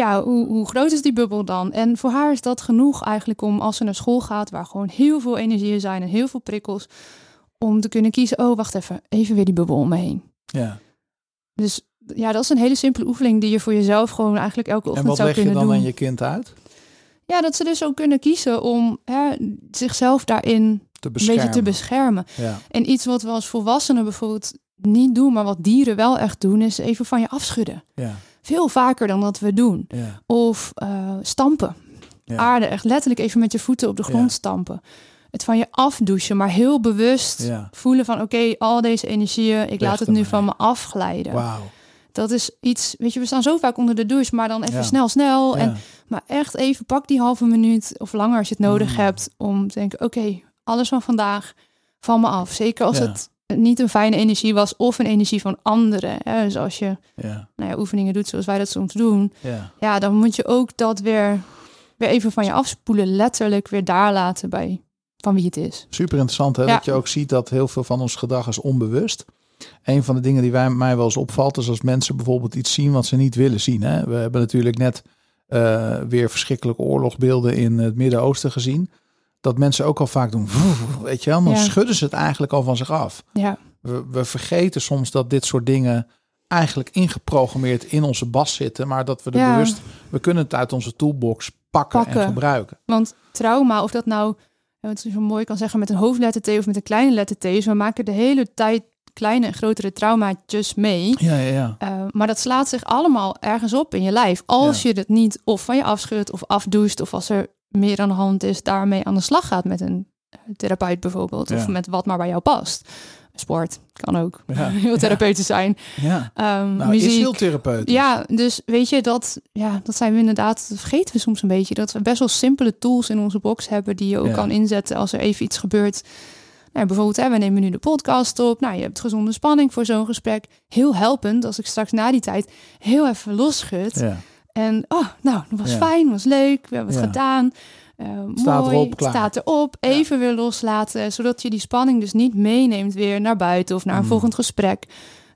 hoe groot is die bubbel dan? En voor haar is dat genoeg eigenlijk om als ze naar school gaat, waar gewoon heel veel energieën zijn en heel veel prikkels, om te kunnen kiezen, wacht even weer die bubbel om me heen. Ja. Dus dat is een hele simpele oefening die je voor jezelf gewoon eigenlijk elke ochtend zou kunnen doen. En wat leg je dan aan je kind uit? Ja, dat ze dus ook kunnen kiezen om zichzelf daarin een beetje te beschermen. Ja. En iets wat we als volwassenen bijvoorbeeld niet doen, maar wat dieren wel echt doen, is even van je afschudden. Ja. Veel vaker dan dat we doen. Ja. Of stampen. Ja. Aarde, echt letterlijk even met je voeten op de grond stampen. Het van je afdouchen, maar heel bewust voelen van oké, al deze energieën, ik laat het nu van me afglijden. Wauw. Dat is iets, weet je, we staan zo vaak onder de douche, maar dan even snel. Ja. Maar echt even pak die halve minuut of langer als je het nodig hebt om te denken, oké, alles van vandaag van me af. Zeker als het niet een fijne energie was of een energie van anderen. Hè? Dus als je oefeningen doet zoals wij dat soms doen, dan moet je ook dat weer even van je afspoelen, letterlijk weer daar laten bij van wie het is. Super interessant, hè? Dat je ook ziet dat heel veel van ons gedrag is onbewust. Een van de dingen die mij wel eens opvalt, is als mensen bijvoorbeeld iets zien wat ze niet willen zien. Hè? We hebben natuurlijk net weer verschrikkelijke oorlogsbeelden in het Midden-Oosten gezien. Dat mensen ook al vaak doen, weet je wel, dan schudden ze het eigenlijk al van zich af. Ja. We vergeten soms dat dit soort dingen eigenlijk ingeprogrammeerd in onze bas zitten, maar dat we er bewust, we kunnen het uit onze toolbox pakken en gebruiken. Want trauma, of dat nou, wat je zo mooi kan zeggen met een hoofdletter T of met een kleine letter T, is we maken de hele tijd kleine en grotere traumaatjes mee. Maar dat slaat zich allemaal ergens op in je lijf. Als je het niet of van je afschudt of afdoucht, of als er meer aan de hand is, daarmee aan de slag gaat met een therapeut bijvoorbeeld. Of met wat maar bij jou past. Sport kan ook heel therapeutisch zijn. Muziek is heel therapeutisch. Ja, dus weet je, dat zijn we inderdaad, dat vergeten we soms een beetje. Dat we best wel simpele tools in onze box hebben die je ook kan inzetten als er even iets gebeurt. Nou, bijvoorbeeld, we nemen nu de podcast op. Nou, je hebt gezonde spanning voor zo'n gesprek. Heel helpend als ik straks na die tijd heel even losschud. Ja. En, dat was fijn, was leuk. We hebben het gedaan. Staat mooi, erop, klaar. Staat erop. Even weer loslaten. Zodat je die spanning dus niet meeneemt weer naar buiten of naar een volgend gesprek.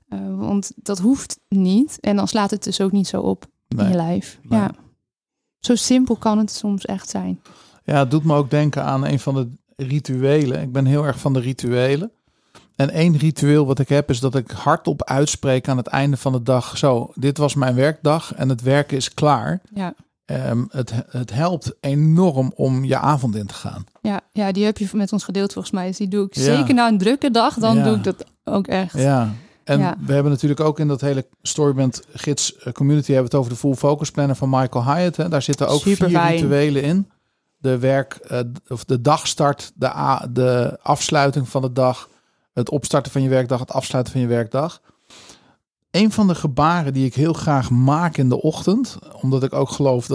Want dat hoeft niet. En dan slaat het dus ook niet zo op in je lijf. Nee. Ja. Zo simpel kan het soms echt zijn. Ja, het doet me ook denken aan een van de rituelen. Ik ben heel erg van de rituelen. En één ritueel wat ik heb is dat ik hardop uitspreek aan het einde van de dag. Zo, dit was mijn werkdag en het werken is klaar. Ja. Het helpt enorm om je avond in te gaan. Ja, die heb je met ons gedeeld volgens mij. Dus die doe ik zeker na een drukke dag. Dan doe ik dat ook echt. Ja. En we hebben natuurlijk ook in dat hele Storybrand gids community hebben we het over de Full Focus Planner van Michael Hyatt. Hè. Daar zitten ook 4 rituelen in. De dagstart, de afsluiting van de dag, het opstarten van je werkdag, het afsluiten van je werkdag. Een van de gebaren die ik heel graag maak in de ochtend, omdat ik ook geloof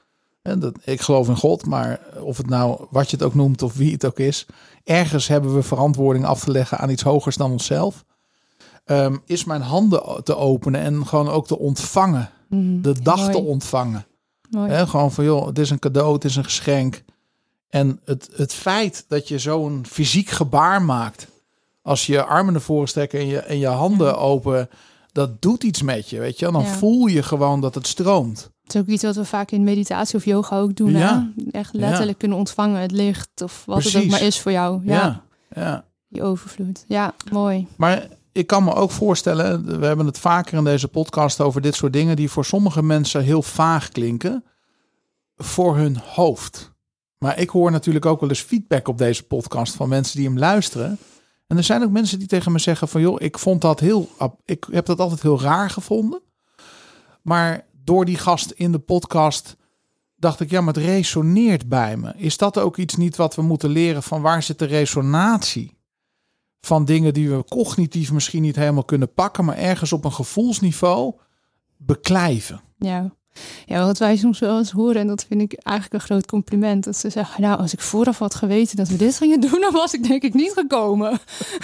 ik geloof in God, maar of het nou wat je het ook noemt of wie het ook is, ergens hebben we verantwoording af te leggen aan iets hogers dan onszelf, is mijn handen te openen en gewoon ook te ontvangen, de dag te ontvangen. Gewoon van joh, het is een cadeau, het is een geschenk. En het feit dat je zo'n fysiek gebaar maakt, als je armen naar voren stekken en je handen open, dat doet iets met je, weet je. Dan voel je gewoon dat het stroomt. Het is ook iets wat we vaak in meditatie of yoga ook doen. Ja. Hè? Echt letterlijk kunnen ontvangen, het licht of wat het ook maar is voor jou. Ja. Die overvloed. Ja, mooi. Maar ik kan me ook voorstellen, we hebben het vaker in deze podcast over dit soort dingen die voor sommige mensen heel vaag klinken voor hun hoofd. Maar ik hoor natuurlijk ook wel eens feedback op deze podcast van mensen die hem luisteren. En er zijn ook mensen die tegen me zeggen van joh, ik heb dat altijd heel raar gevonden. Maar door die gast in de podcast dacht ik, ja, maar het resoneert bij me. Is dat ook iets niet wat we moeten leren van waar zit de resonatie? Van dingen die we cognitief misschien niet helemaal kunnen pakken, maar ergens op een gevoelsniveau beklijven. Ja, wat wij soms wel eens horen, en dat vind ik eigenlijk een groot compliment, dat ze zeggen, nou, als ik vooraf had geweten dat we dit gingen doen, dan was ik denk ik niet gekomen.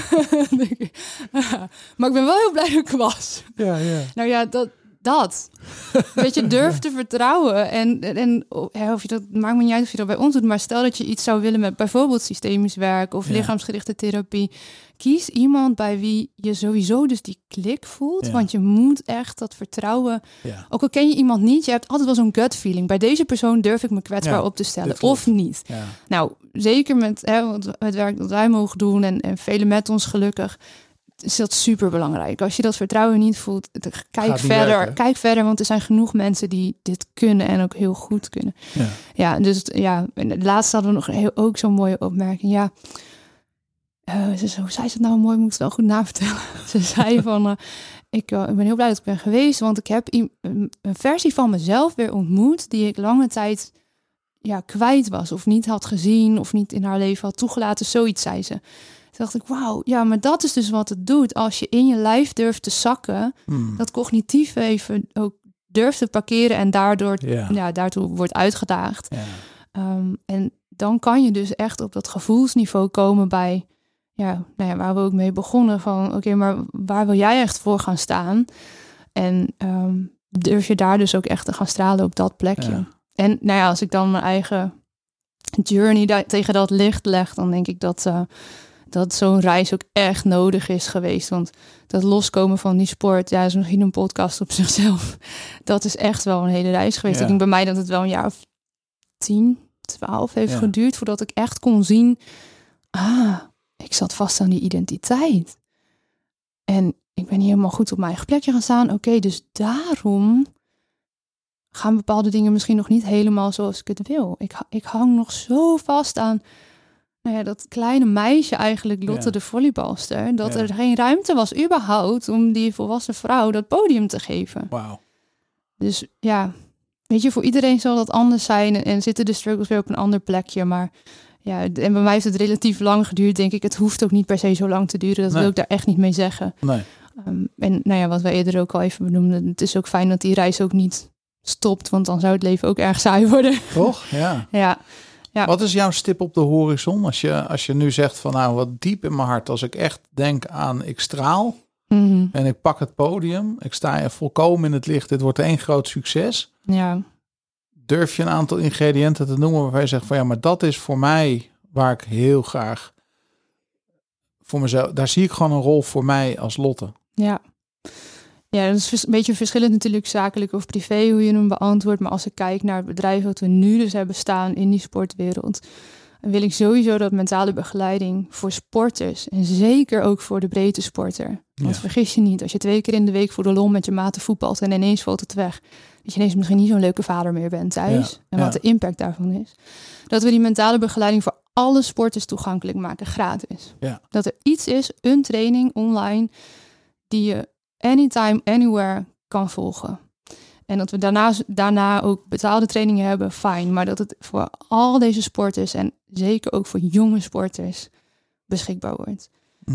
Maar ik ben wel heel blij dat ik was. Nou ja, dat. Dat je durft te vertrouwen. En of je dat, maakt me niet uit of je dat bij ons doet, maar stel dat je iets zou willen met bijvoorbeeld systemisch werk of lichaamsgerichte therapie. Kies iemand bij wie je sowieso dus die klik voelt. Want je moet echt dat vertrouwen. Ook al ken je iemand niet, je hebt altijd wel zo'n gut feeling. Bij deze persoon durf ik me kwetsbaar op te stellen of niet. Nou, zeker met het werk dat wij mogen doen en velen met ons gelukkig, is dat super belangrijk. Als je dat vertrouwen niet voelt, kijk verder, want er zijn genoeg mensen die dit kunnen en ook heel goed kunnen. En de laatste hadden we nog ook zo'n mooie opmerking. hoe zei ze het nou mooi, moet het wel goed navertellen. Ze zei van, ik ben heel blij dat ik ben geweest, want ik heb een versie van mezelf weer ontmoet die ik lange tijd kwijt was of niet had gezien of niet in haar leven had toegelaten. Zoiets zei ze. Toen dacht ik, wauw, ja, maar dat is dus wat het doet. Als je in je lijf durft te zakken, dat cognitief even ook durft te parkeren en daartoe wordt uitgedaagd. Ja. En dan kan je dus echt op dat gevoelsniveau komen bij, waar we ook mee begonnen van, oké, maar waar wil jij echt voor gaan staan? En durf je daar dus ook echt te gaan stralen op dat plekje. Ja. En als ik dan mijn eigen journey tegen dat licht leg, dan denk ik dat zo'n reis ook echt nodig is geweest. Want dat loskomen van die sport, is misschien een podcast op zichzelf. Dat is echt wel een hele reis geweest. Ja. Ik denk bij mij dat het wel een jaar of 10, 12 heeft geduurd voordat ik echt kon zien, ik zat vast aan die identiteit. En ik ben niet helemaal goed op mijn eigen plekje gaan staan. Oké, dus daarom gaan bepaalde dingen misschien nog niet helemaal zoals ik het wil. Ik hang nog zo vast aan dat kleine meisje eigenlijk, Lotte de volleybalster, dat er geen ruimte was überhaupt om die volwassen vrouw dat podium te geven. Wauw. Dus weet je, voor iedereen zal dat anders zijn en zitten de struggles weer op een ander plekje. Maar en bij mij heeft het relatief lang geduurd, denk ik. Het hoeft ook niet per se zo lang te duren. Dat wil ik daar echt niet mee zeggen. Nee. En wat wij eerder ook al even benoemden, het is ook fijn dat die reis ook niet stopt, want dan zou het leven ook erg saai worden. Toch? Ja. Ja. Wat is jouw stip op de horizon? Als je nu zegt van wat diep in mijn hart, als ik echt denk aan ik straal en ik pak het podium, ik sta volkomen in het licht, dit wordt 1 groot succes. Ja. Durf je een aantal ingrediënten te noemen waarvan je zegt van maar dat is voor mij waar ik heel graag voor mezelf, daar zie ik gewoon een rol voor mij als Lotte. Ja. Ja, dat is een beetje verschillend natuurlijk, zakelijk of privé, hoe je hem beantwoordt. Maar als ik kijk naar het bedrijf wat we nu dus hebben staan in die sportwereld, dan wil ik sowieso dat mentale begeleiding voor sporters en zeker ook voor de breedte sporter. Want vergis je niet, als je 2 keer in de week voor de lol met je maten voetbalt en ineens valt het weg, dat je ineens misschien niet zo'n leuke vader meer bent thuis. En wat de impact daarvan is. Dat we die mentale begeleiding voor alle sporters toegankelijk maken, gratis. Ja. Dat er iets is, een training online, die je anytime, anywhere kan volgen. En dat we daarna ook betaalde trainingen hebben, fijn. Maar dat het voor al deze sporters en zeker ook voor jonge sporters beschikbaar wordt.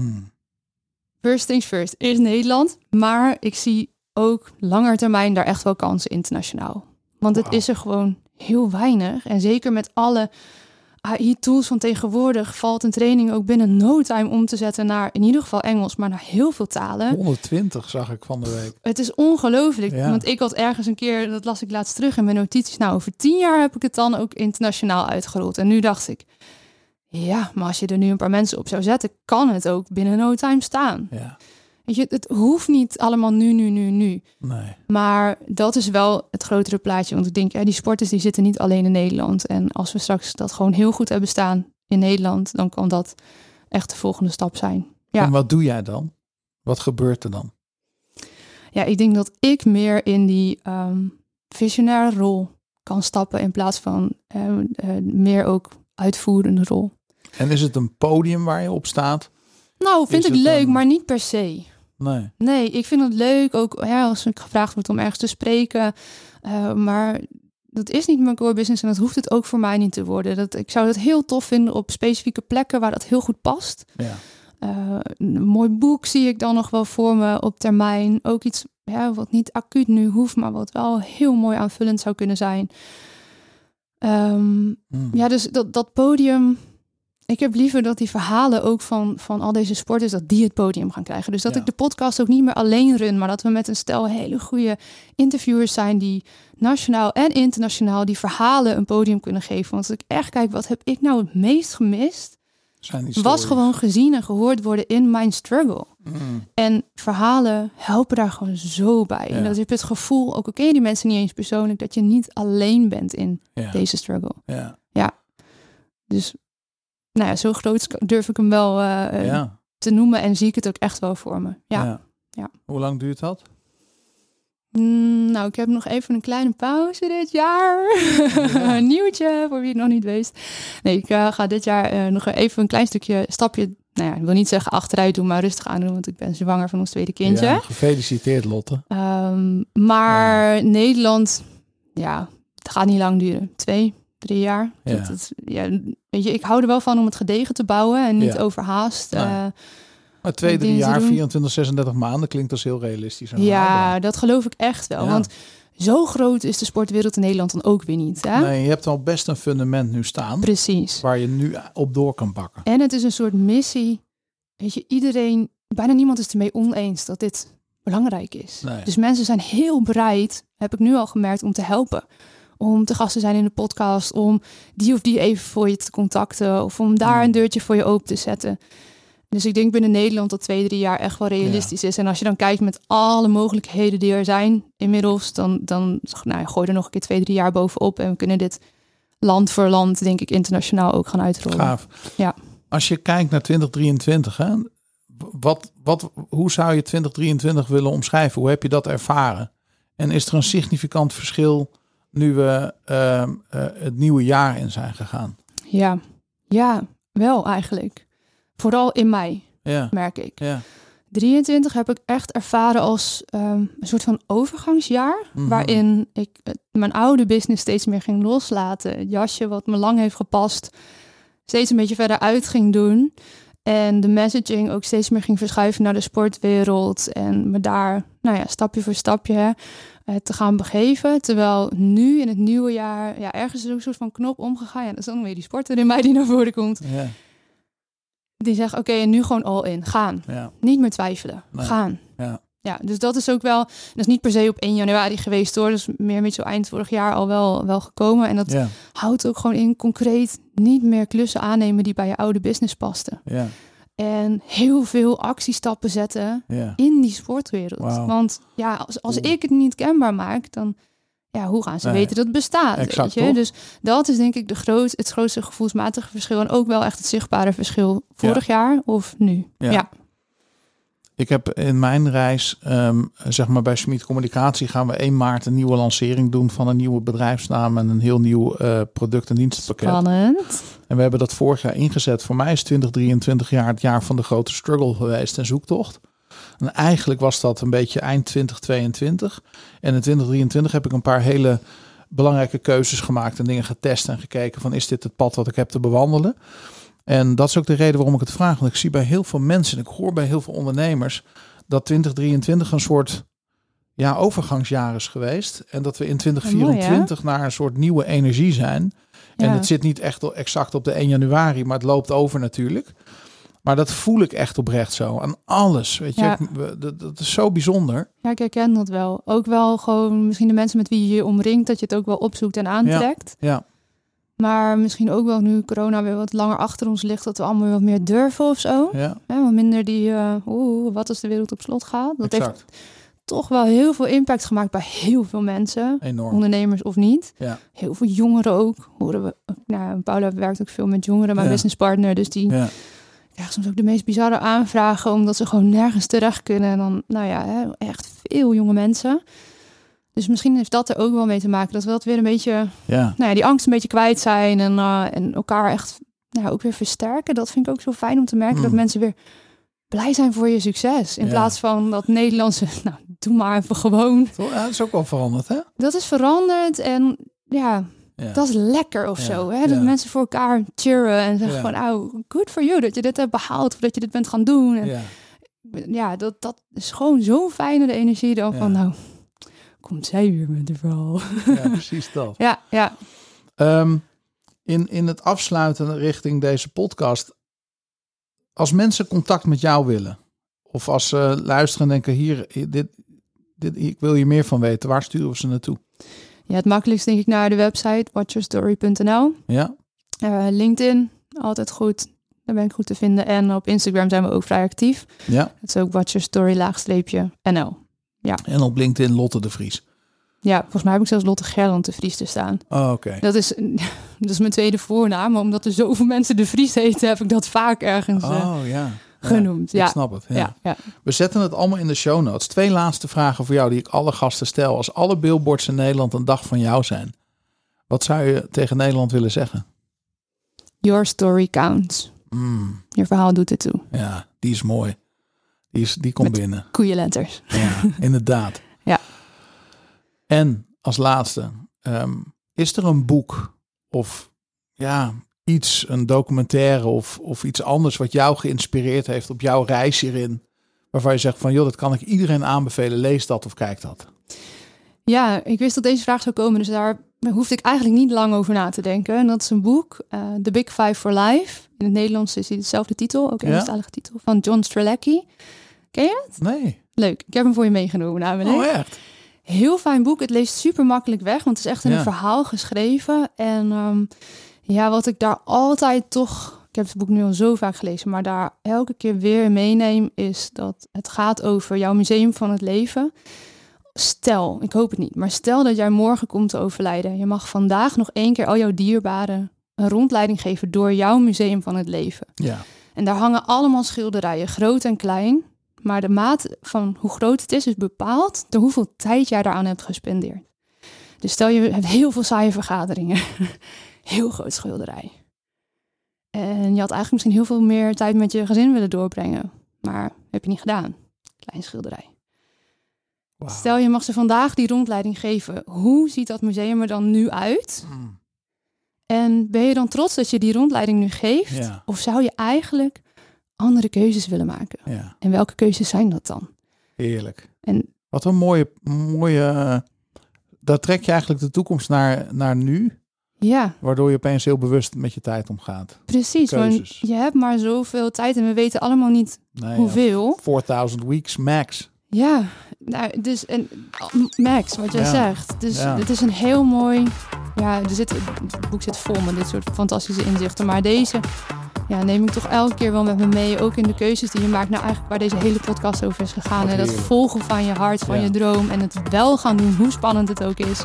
First things first is Nederland. Maar ik zie ook langer termijn daar echt wel kansen internationaal. Want het is er gewoon heel weinig. En zeker met alle AI-tools van tegenwoordig valt een training ook binnen no time om te zetten naar in ieder geval Engels, maar naar heel veel talen. 120 zag ik van de week. Het is ongelooflijk, want ik had ergens een keer, dat las ik laatst terug in mijn notities, over 10 jaar heb ik het dan ook internationaal uitgerold. En nu dacht ik, maar als je er nu een paar mensen op zou zetten, kan het ook binnen no time staan. Ja. Weet je, het hoeft niet allemaal nu. Nee. Maar dat is wel het grotere plaatje. Want ik denk, die sporters die zitten niet alleen in Nederland. En als we straks dat gewoon heel goed hebben staan in Nederland, dan kan dat echt de volgende stap zijn. Ja. En wat doe jij dan? Wat gebeurt er dan? Ja, ik denk dat ik meer in die visionaire rol kan stappen in plaats van meer ook uitvoerende rol. En is het een podium waar je op staat? Nou, vind ik leuk, maar niet per se. Nee, ik vind het leuk, ook als ik gevraagd word om ergens te spreken. Maar dat is niet mijn core business en dat hoeft het ook voor mij niet te worden. Ik zou het heel tof vinden op specifieke plekken waar dat heel goed past. Ja. Een mooi boek zie ik dan nog wel voor me op termijn. Ook iets wat niet acuut nu hoeft, maar wat wel heel mooi aanvullend zou kunnen zijn. Dus dat podium. Ik heb liever dat die verhalen ook van al deze sporters, dat die het podium gaan krijgen. Dus dat ik de podcast ook niet meer alleen run, maar dat we met een stel hele goede interviewers zijn die nationaal en internationaal die verhalen een podium kunnen geven. Want als ik echt kijk, wat heb ik nou het meest gemist? Was gewoon gezien en gehoord worden in mijn struggle. En verhalen helpen daar gewoon zo bij. Ja. En dat je hebt het gevoel, ook al ken je die mensen niet eens persoonlijk, dat je niet alleen bent in deze struggle. Ja. Dus zo groot durf ik hem wel te noemen en zie ik het ook echt wel voor me. Ja. Hoe lang duurt dat? Ik heb nog even een kleine pauze dit jaar. Een nieuwtje, voor wie het nog niet weet. Nee, ik ga dit jaar nog even een klein stapje nou ja, ik wil niet zeggen achteruit doen, maar rustig aan doen, want ik ben zwanger van ons tweede kindje. Ja, gefeliciteerd, Lotte. Maar Nederland, ja, het gaat niet lang duren. 2-3 jaar. Ja. Weet je, ik hou er wel van om het gedegen te bouwen en niet overhaast. Maar 2-3 jaar, 24, 36 maanden klinkt als heel realistisch. Ja, dat geloof ik echt wel. Ja. Want zo groot is de sportwereld in Nederland dan ook weer niet. Hè? Nee, je hebt al best een fundament nu staan. Precies. Waar je nu op door kan pakken. En het is een soort missie. Weet je, bijna niemand is het ermee oneens dat dit belangrijk is. Nee. Dus mensen zijn heel bereid, heb ik nu al gemerkt, om te helpen. Om te gast te zijn in de podcast, om die of die even voor je te contacten. Of om daar een deurtje voor je open te zetten. Dus ik denk binnen Nederland dat 2-3 jaar echt wel realistisch is. En als je dan kijkt met alle mogelijkheden die er zijn inmiddels, dan gooi er nog een keer 2-3 jaar bovenop. En we kunnen dit land voor land, denk ik, internationaal ook gaan uitrollen. Gaaf. Ja. Als je kijkt naar 2023, hè, hoe zou je 2023 willen omschrijven? Hoe heb je dat ervaren? En is er een significant verschil nu we het nieuwe jaar in zijn gegaan? Ja, wel eigenlijk. Vooral in mei, merk ik. Ja. 23 heb ik echt ervaren als een soort van overgangsjaar. Mm-hmm. Waarin ik mijn oude business steeds meer ging loslaten. Het jasje wat me lang heeft gepast, steeds een beetje verder uit ging doen. En de messaging ook steeds meer ging verschuiven naar de sportwereld. En me daar, stapje voor stapje te gaan begeven. Terwijl nu in het nieuwe jaar, ergens is ook een soort van knop omgegaan. Ja, dat is dan weer die sporter in mij die naar voren komt. Ja. Die zegt, oké, en nu gewoon all in. Gaan. Ja. Niet meer twijfelen. Nee. Gaan. Ja, dus dat is ook wel... Dat is niet per se op 1 januari geweest hoor. Dat is meer een beetje zo eind vorig jaar al wel gekomen. En dat houdt ook gewoon in concreet niet meer klussen aannemen die bij je oude business pasten. Ja. En heel veel actiestappen zetten in die sportwereld. Wow. Want als ik het niet kenbaar maak, dan... hoe gaan ze weten dat het bestaat? Exact, weet je? Dus dat is denk ik het grootste gevoelsmatige verschil. En ook wel echt het zichtbare verschil vorig jaar of nu. Ja. Ik heb in mijn reis, bij Schmid Communicatie gaan we 1 maart een nieuwe lancering doen van een nieuwe bedrijfsnaam en een heel nieuw product- en dienstenpakket. Spannend. En we hebben dat vorig jaar ingezet. Voor mij is 2023 jaar het jaar van de grote struggle geweest en zoektocht. En eigenlijk was dat een beetje eind 2022. En in 2023 heb ik een paar hele belangrijke keuzes gemaakt en dingen getest en gekeken van, is dit het pad wat ik heb te bewandelen? En dat is ook de reden waarom ik het vraag. Want ik zie bij heel veel mensen, en ik hoor bij heel veel ondernemers, dat 2023 een soort overgangsjaar is geweest. En dat we in 2024 naar een soort nieuwe energie zijn. Ja. En het zit niet echt exact op de 1 januari, maar het loopt over natuurlijk. Maar dat voel ik echt oprecht zo. Aan alles, weet je. Dat is zo bijzonder. Ja, ik herken dat wel. Ook wel gewoon misschien de mensen met wie je je omringt, dat je het ook wel opzoekt en aantrekt. Ja. Maar misschien ook wel nu corona weer wat langer achter ons ligt, dat we allemaal weer wat meer durven of zo. Ja. Wat minder die, wat als de wereld op slot gaat. Dat heeft toch wel heel veel impact gemaakt bij heel veel mensen. Enorm. Ondernemers of niet. Ja. Heel veel jongeren ook. Horen we. Paula werkt ook veel met jongeren, mijn businesspartner. Dus die krijgen soms ook de meest bizarre aanvragen, omdat ze gewoon nergens terecht kunnen. En dan, echt veel jonge mensen. Dus misschien heeft dat er ook wel mee te maken, dat we dat weer een beetje, die angst een beetje kwijt zijn en elkaar echt ook weer versterken. Dat vind ik ook zo fijn om te merken, dat mensen weer blij zijn voor je succes. In plaats van dat Nederlandse, doe maar even gewoon. Ja, dat is ook wel veranderd, hè? Dat is veranderd en dat is lekker of zo. Hè? Dat mensen voor elkaar cheeren en zeggen van, good for you dat je dit hebt behaald, of dat je dit bent gaan doen. En dat is gewoon zo'n fijne de energie dan van, komt zij weer met de verhaal. Ja, precies dat. Ja. In het afsluiten richting deze podcast, als mensen contact met jou willen, of als ze luisteren en denken, ik wil hier meer van weten, waar sturen we ze naartoe? Ja, het makkelijkst denk ik naar de website watchyourstory.nl. Ja. LinkedIn, altijd goed. Daar ben ik goed te vinden. En op Instagram zijn we ook vrij actief. Ja. Het is ook watchyourstory_NL. Ja. En op LinkedIn Lotte de Vries. Ja, volgens mij heb ik zelfs Lotte Gerland de Vries te staan. Oh, oké. Dat is mijn tweede voornaam. Maar omdat er zoveel mensen de Vries heten, heb ik dat vaak ergens genoemd. Ik snap het. Ja. We zetten het allemaal in de show notes. 2 laatste vragen voor jou die ik alle gasten stel. Als alle billboards in Nederland een dag van jou zijn, wat zou je tegen Nederland willen zeggen? Your story counts. Je verhaal doet ertoe. Ja, die is mooi. Die komt Met binnen. Koeienletters. Ja, inderdaad. Ja. En als laatste, is er een boek of iets, een documentaire of iets anders wat jou geïnspireerd heeft op jouw reis hierin, waarvan je zegt van joh, dat kan ik iedereen aanbevelen, lees dat of kijk dat? Ja, ik wist dat deze vraag zou komen, dus daar hoefde ik eigenlijk niet lang over na te denken. En dat is een boek, The Big Five for Life. In het Nederlands is hij dezelfde titel, ook Engelstalige titel, van John Strzelecki. Ken je het? Nee. Leuk, ik heb hem voor je meegenomen namelijk. Oh, echt? Heel fijn boek, het leest super makkelijk weg, want het is echt in een verhaal geschreven. En wat ik daar altijd toch, ik heb het boek nu al zo vaak gelezen, maar daar elke keer weer meeneem, is dat het gaat over jouw museum van het leven. Stel, ik hoop het niet, maar stel dat jij morgen komt te overlijden. Je mag vandaag nog 1 keer al jouw dierbaren een rondleiding geven door jouw museum van het leven. Ja. En daar hangen allemaal schilderijen, groot en klein. Maar de maat van hoe groot het is bepaald door hoeveel tijd jij daaraan hebt gespendeerd. Dus stel je hebt heel veel saaie vergaderingen. Heel groot schilderij. En je had eigenlijk misschien heel veel meer tijd met je gezin willen doorbrengen. Maar heb je niet gedaan. Klein schilderij. Wow. Stel je mag ze vandaag die rondleiding geven. Hoe ziet dat museum er dan nu uit? En ben je dan trots dat je die rondleiding nu geeft? Ja. Of zou je eigenlijk andere keuzes willen maken? Ja. En welke keuzes zijn dat dan? Heerlijk. En wat een mooie. Daar trek je eigenlijk de toekomst naar nu. Ja. Waardoor je opeens heel bewust met je tijd omgaat. Precies, want je hebt maar zoveel tijd en we weten allemaal niet hoeveel. 4000 weeks max. Ja, nou, dus max, wat jij zegt. Dus het is een heel mooi. Ja, het boek zit vol met dit soort fantastische inzichten. Maar deze neem ik toch elke keer wel met me mee. Ook in de keuzes die je maakt. Nou, eigenlijk waar deze hele podcast over is gegaan. En dat volgen van je hart, van je droom. En het wel gaan doen, hoe spannend het ook is.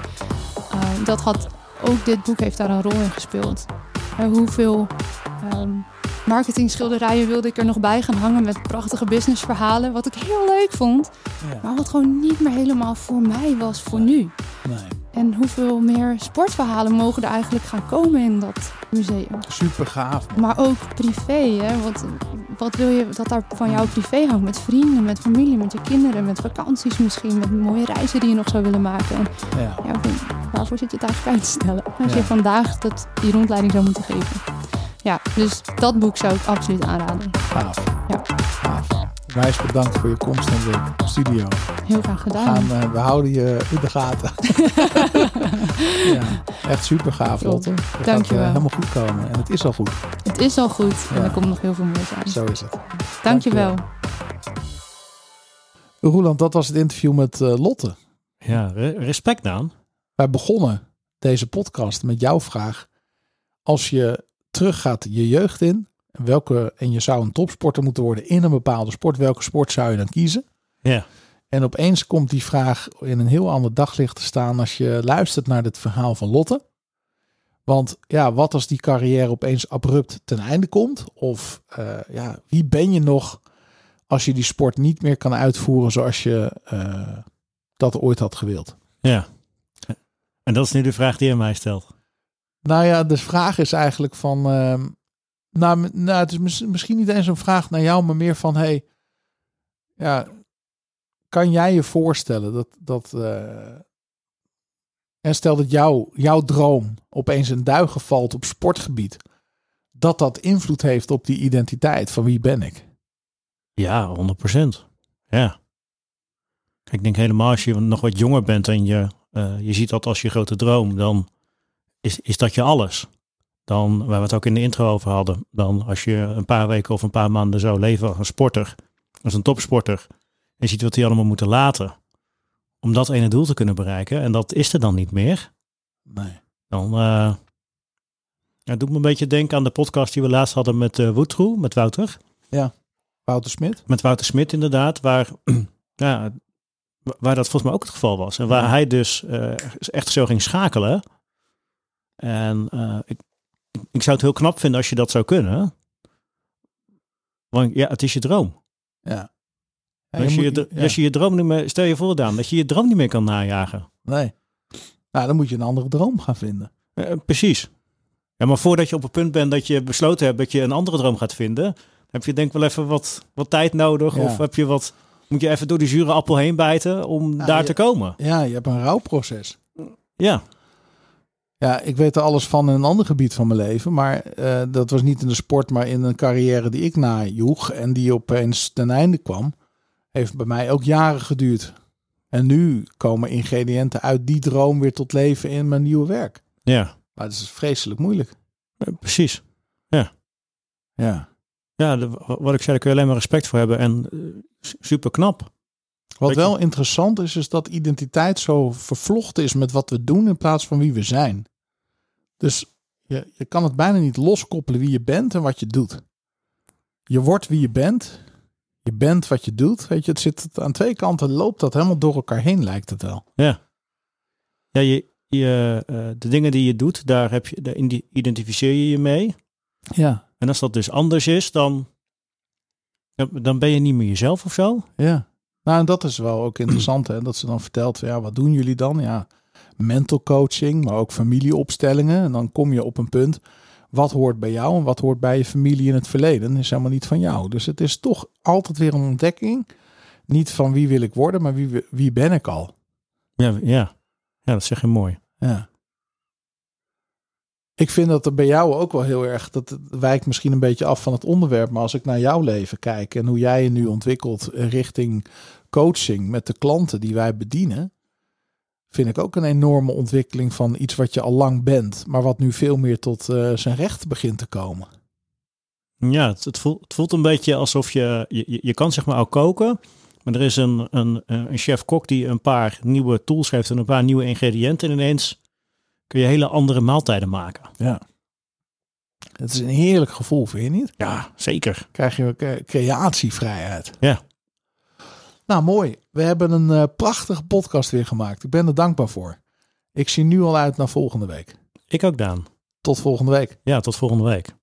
Ook dit boek heeft daar een rol in gespeeld. Hoeveel marketingschilderijen wilde ik er nog bij gaan hangen met prachtige businessverhalen. Wat ik heel leuk vond. Ja. Maar wat gewoon niet meer helemaal voor mij was voor nu. Nee. En hoeveel meer sportverhalen mogen er eigenlijk gaan komen in dat museum. Super gaaf. Maar ook privé. Hè? Wat wil je dat daar van jou privé hangt? Met vrienden, met familie, met je kinderen, met vakanties misschien. Met mooie reizen die je nog zou willen maken. En waarvoor zit je het eigenlijk uit te stellen? Als je vandaag die rondleiding zou moeten geven. Ja, dus dat boek zou ik absoluut aanraden. Gaaf. Ja. Gaaf. Wijs bedankt voor je komst in de studio. Heel graag gedaan. We houden je in de gaten. Echt super gaaf, Lotte. Dank je wel. Helemaal goed komen. En het is al goed. Het is al goed. En er komt nog heel veel moois aan. Zo is het. Dank je wel. Roeland, dat was het interview met Lotte. Ja, respect Daan. Wij begonnen deze podcast met jouw vraag. Als je teruggaat je jeugd in, en je zou een topsporter moeten worden in een bepaalde sport, welke sport zou je dan kiezen? Ja. En opeens komt die vraag in een heel ander daglicht te staan als je luistert naar het verhaal van Lotte. Want wat als die carrière opeens abrupt ten einde komt? Of wie ben je nog als je die sport niet meer kan uitvoeren zoals je dat ooit had gewild? Ja. En dat is nu de vraag die je mij stelt. Nou ja, de vraag is eigenlijk van... het is misschien niet eens een vraag naar jou, maar meer van... kan jij je voorstellen dat en stel dat jouw droom opeens in duigen valt op sportgebied... dat invloed heeft op die identiteit van wie ben ik? Ja, 100%. Ja. Ik denk helemaal als je nog wat jonger bent en je ziet dat als je grote droom, dan is dat je alles. Dan, waar we het ook in de intro over hadden, dan als je een paar weken of een paar maanden zou leven als een sporter, als een topsporter, en je ziet wat die allemaal moeten laten om dat ene doel te kunnen bereiken, en dat is er dan niet meer. Nee. Dan het doet me een beetje denken aan de podcast die we laatst hadden met Woetroe, met Wouter. Ja, Wouter Smit. Met Wouter Smit inderdaad, waar dat volgens mij ook het geval was. En waar hij dus echt zo ging schakelen. En ik zou het heel knap vinden als je dat zou kunnen. Want het is je droom. Ja. Als je je droom niet meer... Stel je voor, Daan, dat je je droom niet meer kan najagen. Nee. Nou, dan moet je een andere droom gaan vinden. Precies. Ja, maar voordat je op het punt bent dat je besloten hebt dat je een andere droom gaat vinden, heb je denk ik wel even wat tijd nodig. Ja. Of moet je even door die zure appel heen bijten om daar te komen. Ja, je hebt een rouwproces. Ja. Ja, ik weet er alles van in een ander gebied van mijn leven. Maar dat was niet in de sport, maar in een carrière die ik najoeg. En die opeens ten einde kwam. Heeft bij mij ook jaren geduurd. En nu komen ingrediënten uit die droom weer tot leven in mijn nieuwe werk. Ja. Maar het is vreselijk moeilijk. Precies. Ja. Ja. Ja, wat ik zei, daar kun je alleen maar respect voor hebben. En super knap. Wat wel interessant is dat identiteit zo vervlochten is met wat we doen in plaats van wie we zijn. Dus je kan het bijna niet loskoppelen wie je bent en wat je doet. Je wordt wie je bent. Je bent wat je doet. Weet je, het zit aan twee kanten, loopt dat helemaal door elkaar heen, lijkt het wel. Ja. Ja, de dingen die je doet, daar identificeer je je mee. Ja. En als dat dus anders is, dan ben je niet meer jezelf of zo. Ja. Nou, en dat is wel ook interessant, hè? Dat ze dan vertelt van, ja, wat doen jullie dan? Ja, mental coaching, maar ook familieopstellingen. En dan kom je op een punt, wat hoort bij jou en wat hoort bij je familie in het verleden? Is helemaal niet van jou. Dus het is toch altijd weer een ontdekking. Niet van wie wil ik worden, maar wie ben ik al? Ja, dat zeg je mooi. Ja. Ik vind dat er bij jou ook wel heel erg, dat wijkt misschien een beetje af van het onderwerp, maar als ik naar jouw leven kijk en hoe jij je nu ontwikkelt richting coaching met de klanten die wij bedienen, vind ik ook een enorme ontwikkeling van iets wat je al lang bent, maar wat nu veel meer tot zijn recht begint te komen. Ja, het voelt een beetje alsof je kan zeg maar al koken, maar er is een chef-kok die een paar nieuwe tools geeft en een paar nieuwe ingrediënten en ineens kun je hele andere maaltijden maken. Ja. Het is een heerlijk gevoel, vind je niet? Ja, zeker. Krijg je creatievrijheid. Ja. Nou, mooi. We hebben een prachtige podcast weer gemaakt. Ik ben er dankbaar voor. Ik zie nu al uit naar volgende week. Ik ook, Daan. Tot volgende week. Ja, tot volgende week.